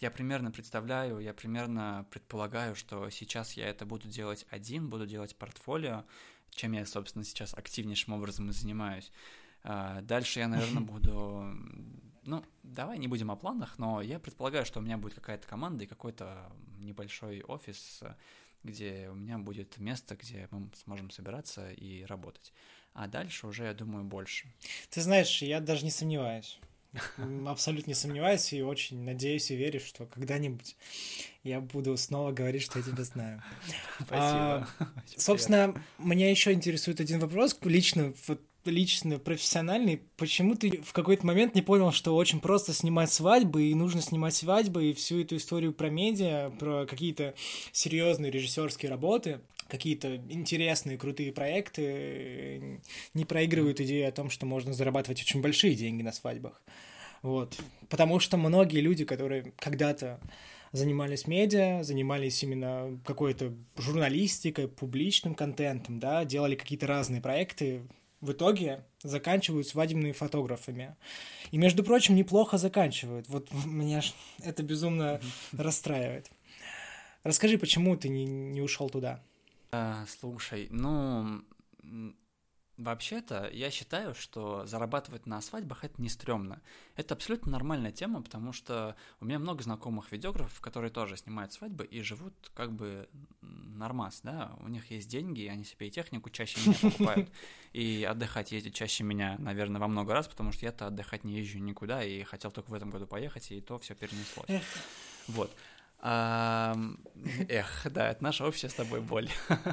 я примерно представляю, я примерно предполагаю, что сейчас я это буду делать один, буду делать портфолио, чем я, собственно, сейчас активнейшим образом и занимаюсь. Дальше я, наверное, буду... Ну, давай не будем о планах, но я предполагаю, что у меня будет какая-то команда и какой-то небольшой офис, где у меня будет место, где мы сможем собираться и работать. А дальше уже, я думаю, больше. Ты знаешь, я даже не сомневаюсь. Абсолютно не сомневаюсь и очень надеюсь и верю, что когда-нибудь я буду снова говорить, что я тебя знаю. Спасибо. Собственно, меня еще интересует один вопрос, лично профессиональный. Почему ты в какой-то момент не понял, что очень просто снимать свадьбы, и нужно снимать свадьбы, и всю эту историю про медиа, про какие-то серьезные режиссерские работы, какие-то интересные, крутые проекты не проигрывают идею о том, что можно зарабатывать очень большие деньги на свадьбах. Вот. Потому что многие люди, которые когда-то занимались медиа, занимались именно какой-то журналистикой, публичным контентом, да, делали какие-то разные проекты, в итоге заканчивают свадебными фотографами. И, между прочим, неплохо заканчивают. Вот меня это безумно расстраивает. Расскажи, почему ты не ушел туда? Слушай, ну, вообще-то я считаю, что зарабатывать на свадьбах это не стрёмно. Это абсолютно нормальная тема, потому что у меня много знакомых видеографов, которые тоже снимают свадьбы и живут как бы нормас, да, у них есть деньги, и они себе и технику чаще меня покупают, и отдыхать ездят чаще меня, наверное, во много раз, потому что я-то отдыхать не езжу никуда, и хотел только в этом году поехать, и то все перенеслось. Вот. Да, это наша общая с тобой боль.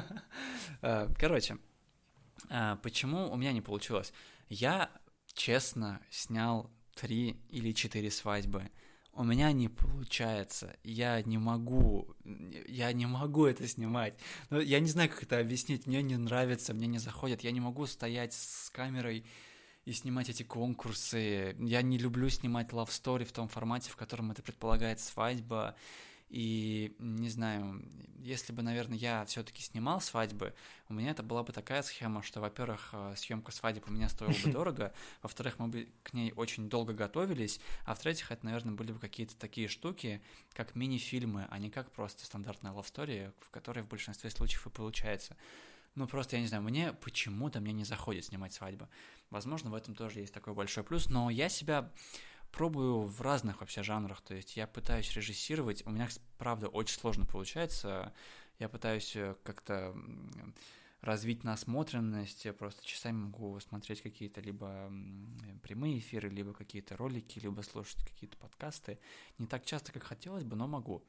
Короче, почему у меня не получилось? Я, честно, снял 3 или 4 свадьбы. У меня не получается. Я не могу это снимать. Ну, я не знаю, как это объяснить. Мне не нравится, мне не заходит. Я не могу стоять с камерой и снимать эти конкурсы. Я не люблю снимать love story в том формате, в котором это предполагает свадьба. И, не знаю, если бы, наверное, я все-таки снимал свадьбы, у меня это была бы такая схема, что, во-первых, съемка свадеб у меня стоила бы дорого, во-вторых, мы бы к ней очень долго готовились, а в-третьих, это, наверное, были бы какие-то такие штуки, как мини-фильмы, а не как просто стандартная love story, в которой в большинстве случаев и получается. Ну, просто, я не знаю, мне почему-то не заходит снимать свадьбы. Возможно, в этом тоже есть такой большой плюс, но я себя пробую в разных вообще жанрах, то есть я пытаюсь режиссировать, у меня, правда, очень сложно получается, я пытаюсь как-то развить насмотренность, я просто часами могу смотреть какие-то либо прямые эфиры, либо какие-то ролики, либо слушать какие-то подкасты, не так часто, как хотелось бы, но могу.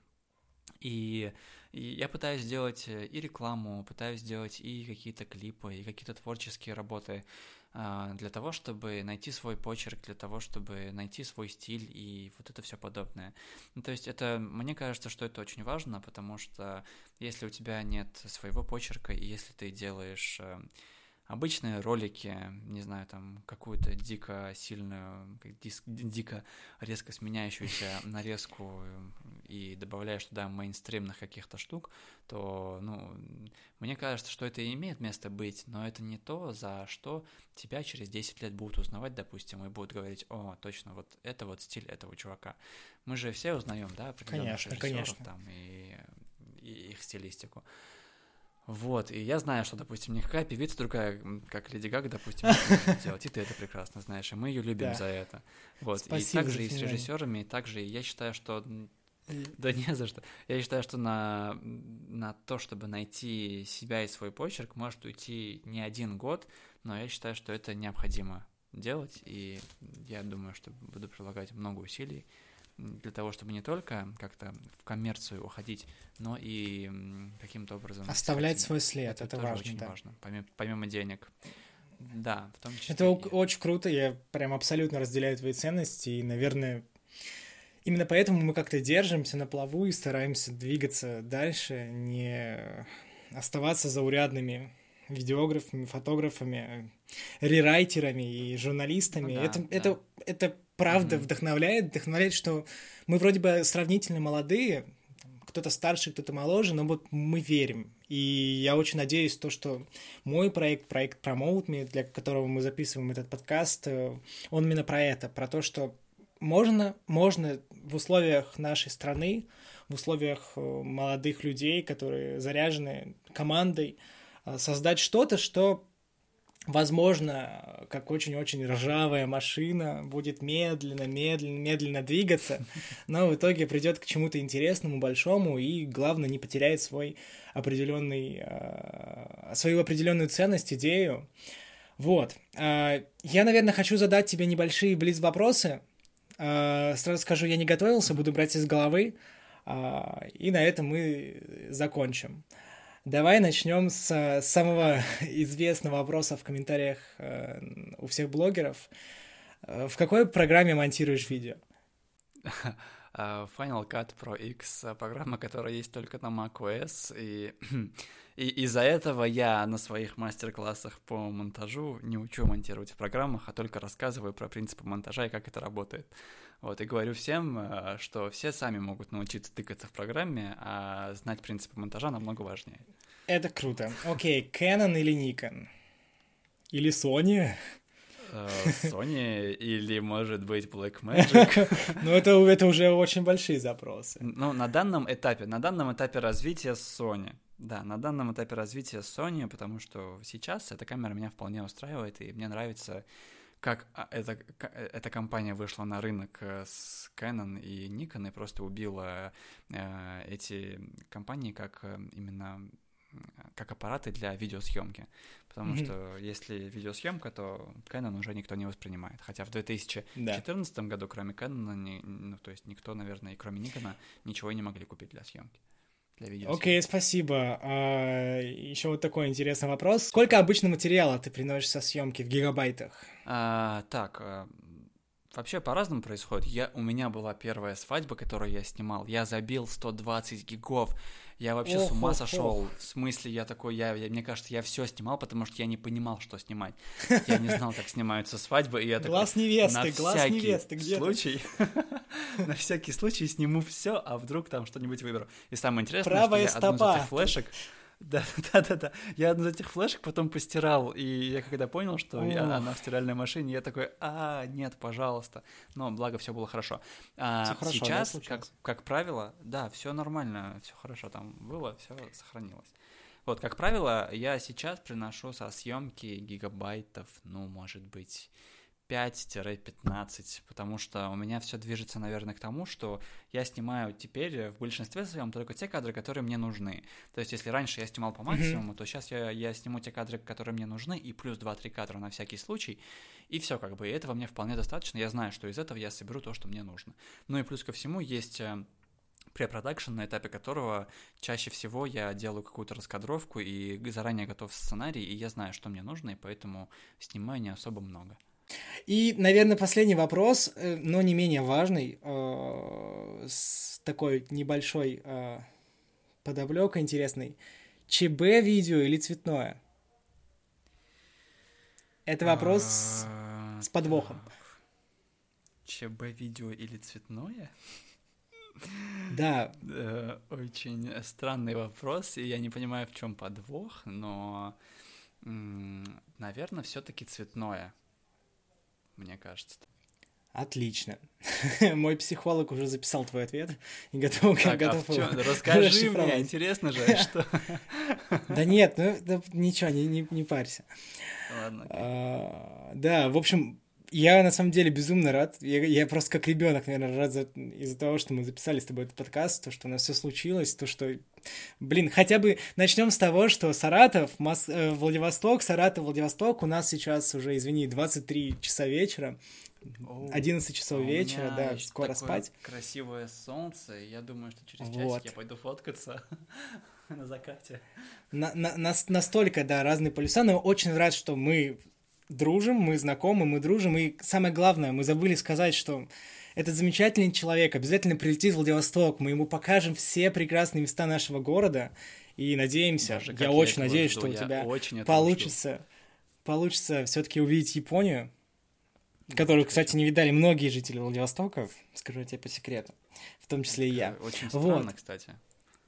И я пытаюсь сделать и рекламу, пытаюсь сделать и какие-то клипы, и какие-то творческие работы, для того, чтобы найти свой почерк, для того, чтобы найти свой стиль и вот это все подобное. Ну, то есть это, мне кажется, что это очень важно, потому что если у тебя нет своего почерка, и если ты делаешь обычные ролики, не знаю, там, какую-то дико сильную, дико резко сменяющуюся нарезку и добавляешь туда мейнстримных каких-то штук, то, ну, мне кажется, что это и имеет место быть, но это не то, за что тебя через 10 лет будут узнавать, допустим, и будут говорить: о, точно, вот это вот стиль этого чувака. Мы же все узнаем, да, определенных режиссеров там и их стилистику. Вот, и я знаю, что, допустим, никакая певица другая, как Леди Гага, допустим, не может делать, и ты это прекрасно знаешь, и мы ее любим за это. Вот, спасибо, и также и с режиссерами, и также я считаю, что... Да не за что. Я считаю, что на то, чтобы найти себя и свой почерк, может уйти не 1 год, но я считаю, что это необходимо делать, и я думаю, что буду прилагать много усилий для того, чтобы не только как-то в коммерцию уходить, но и каким-то образом... Оставлять свой след, это важно, очень да. важно, помимо денег. Да, в том числе. Это очень круто, я прям абсолютно разделяю твои ценности, и, наверное, именно поэтому мы как-то держимся на плаву и стараемся двигаться дальше, не оставаться заурядными видеографами, фотографами, рерайтерами и журналистами. Ну, да, это правда вдохновляет, что мы вроде бы сравнительно молодые, кто-то старше, кто-то моложе, но вот мы верим. И я очень надеюсь, что мой проект Promote Me, для которого мы записываем этот подкаст, он именно про это, про то, что можно в условиях нашей страны, в условиях молодых людей, которые заряжены командой, создать что-то, что, возможно, как очень-очень ржавая машина, будет медленно двигаться, но в итоге придет к чему-то интересному, большому, и, главное, не потеряет свою определенную ценность, идею. Вот. Я, наверное, хочу задать тебе небольшие блиц-вопросы. Сразу скажу, я не готовился, буду брать из головы, и на этом мы закончим. Давай начнем с самого известного вопроса в комментариях у всех блогеров. В какой программе монтируешь видео? Final Cut Pro X, программа, которая есть только на macOS, и из-за этого я на своих мастер-классах по монтажу не учу монтировать в программах, а только рассказываю про принципы монтажа и как это работает. Вот, и говорю всем, что все сами могут научиться тыкаться в программе, а знать принципы монтажа намного важнее. Это круто. Окей, Canon или Nikon? Или Sony? Sony или, может быть, Blackmagic. Ну, это уже очень большие запросы. Ну, на данном этапе развития Sony. Да, на данном этапе развития Sony, потому что сейчас эта камера меня вполне устраивает, и мне нравится, как эта компания вышла на рынок с Canon и Nikon и просто убила эти компании как именно как аппараты для видеосъемки. Потому что если видеосъемка, то Canon уже никто не воспринимает. Хотя в 2014 году, кроме Canon, то есть никто, наверное, и кроме Nikon, ничего не могли купить для съемки. Окей, спасибо. Еще вот такой интересный вопрос. Сколько обычно материала ты приносишь со съемки в гигабайтах? Вообще по-разному происходит. У меня была первая свадьба, которую я снимал. Я забил 120 гигов. Я вообще с ума сошел. В смысле, мне кажется, я все снимал, потому что я не понимал, что снимать. Я не знал, как снимаются свадьбы, и я такой... Глаз невесты, где случай, на всякий случай сниму все, а вдруг там что-нибудь выберу. И самое интересное, правая что я одну из стопа. этих флешек... Да. Я одну из этих флешек потом постирал, и я когда понял, что она в стиральной машине, я такой, нет, пожалуйста. Но благо все было хорошо. Сейчас, как правило, да, все нормально, все хорошо там было, все сохранилось. Вот, как правило, я сейчас приношу со съемки гигабайтов, может быть, 5-15, потому что у меня все движется, наверное, к тому, что я снимаю теперь в большинстве своем только те кадры, которые мне нужны. То есть, если раньше я снимал по максимуму, то сейчас я сниму те кадры, которые мне нужны, и плюс 2-3 кадра на всякий случай, и все и этого мне вполне достаточно. Я знаю, что из этого я соберу то, что мне нужно. Ну и плюс ко всему есть препродакшн, на этапе которого чаще всего я делаю какую-то раскадровку и заранее готов сценарий, и я знаю, что мне нужно, и поэтому снимаю не особо много. И, наверное, последний вопрос, но не менее важный, с такой небольшой подоплекой интересной. ЧБ видео или цветное? Это вопрос с подвохом. ЧБ видео или цветное? Да. Очень странный вопрос, и я не понимаю, в чем подвох, но, наверное, все-таки цветное. Мне кажется. Отлично. Мой психолог уже записал твой ответ и готов его расскажи мне, интересно же, что... Да нет, ничего, не парься. Ладно. Да, в общем, я на самом деле безумно рад. Я просто как ребенок, наверное, рад из-за того, что мы записали с тобой этот подкаст, то, что у нас все случилось, то, что... хотя бы начнем с того, что Саратов, Владивосток, у нас сейчас уже, 23 часа вечера, 11 часов вечера, да, скоро спать. Красивое солнце, я думаю, что через часик я пойду фоткаться на закате. Настолько, да, разные полюса, но очень рад, что мы дружим, мы знакомы, мы дружим, и самое главное, мы забыли сказать, что этот замечательный человек обязательно прилетит в Владивосток, мы ему покажем все прекрасные места нашего города, и надеемся, я очень надеюсь, что у тебя получится все-таки увидеть Японию, которую, кстати, не видали многие жители Владивостока, скажу тебе по секрету, в том числе и я. Очень странно, кстати.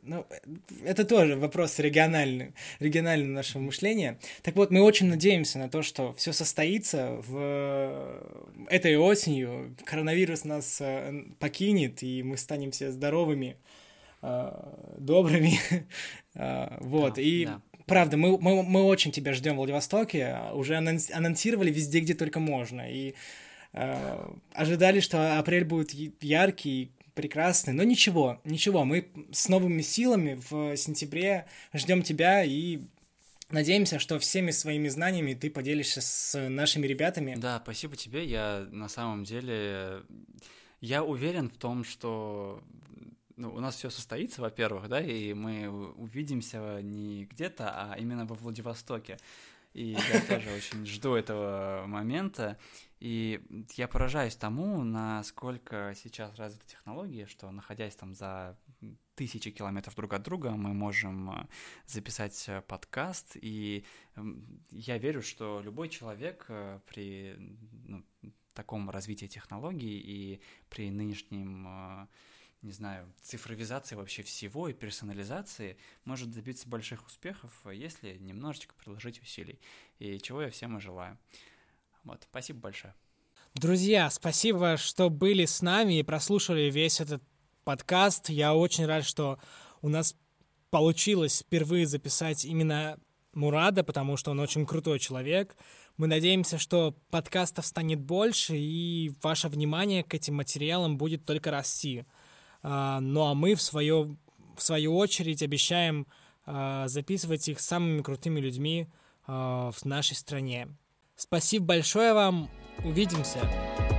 Ну, это тоже вопрос регионального нашего мышления. Так вот, мы очень надеемся на то, что все состоится этой осенью. Коронавирус нас покинет, и мы станем все здоровыми, добрыми. Вот, и Да. правда, мы очень тебя ждем в Владивостоке. Уже анонсировали везде, где только можно. И ожидали, что апрель будет яркий, прекрасный, но ничего, мы с новыми силами в сентябре ждем тебя и надеемся, что всеми своими знаниями ты поделишься с нашими ребятами. Да, спасибо тебе. Я на самом деле, я уверен в том, что у нас все состоится, во-первых, да, и мы увидимся не где-то, а именно во Владивостоке. И я тоже очень жду этого момента. И я поражаюсь тому, насколько сейчас развиты технологии, что, находясь там за тысячи километров друг от друга, мы можем записать подкаст. И я верю, что любой человек при таком развитии технологий и при нынешнем, не знаю, цифровизации вообще всего и персонализации может добиться больших успехов, если немножечко приложить усилий. И чего я всем и желаю. Вот, спасибо большое. Друзья, спасибо, что были с нами и прослушали весь этот подкаст. Я очень рад, что у нас получилось впервые записать именно Мурада, потому что он очень крутой человек. Мы надеемся, что подкастов станет больше, и ваше внимание к этим материалам будет только расти. Ну а мы, в свою очередь, обещаем записывать их с самыми крутыми людьми в нашей стране. Спасибо большое вам. Увидимся.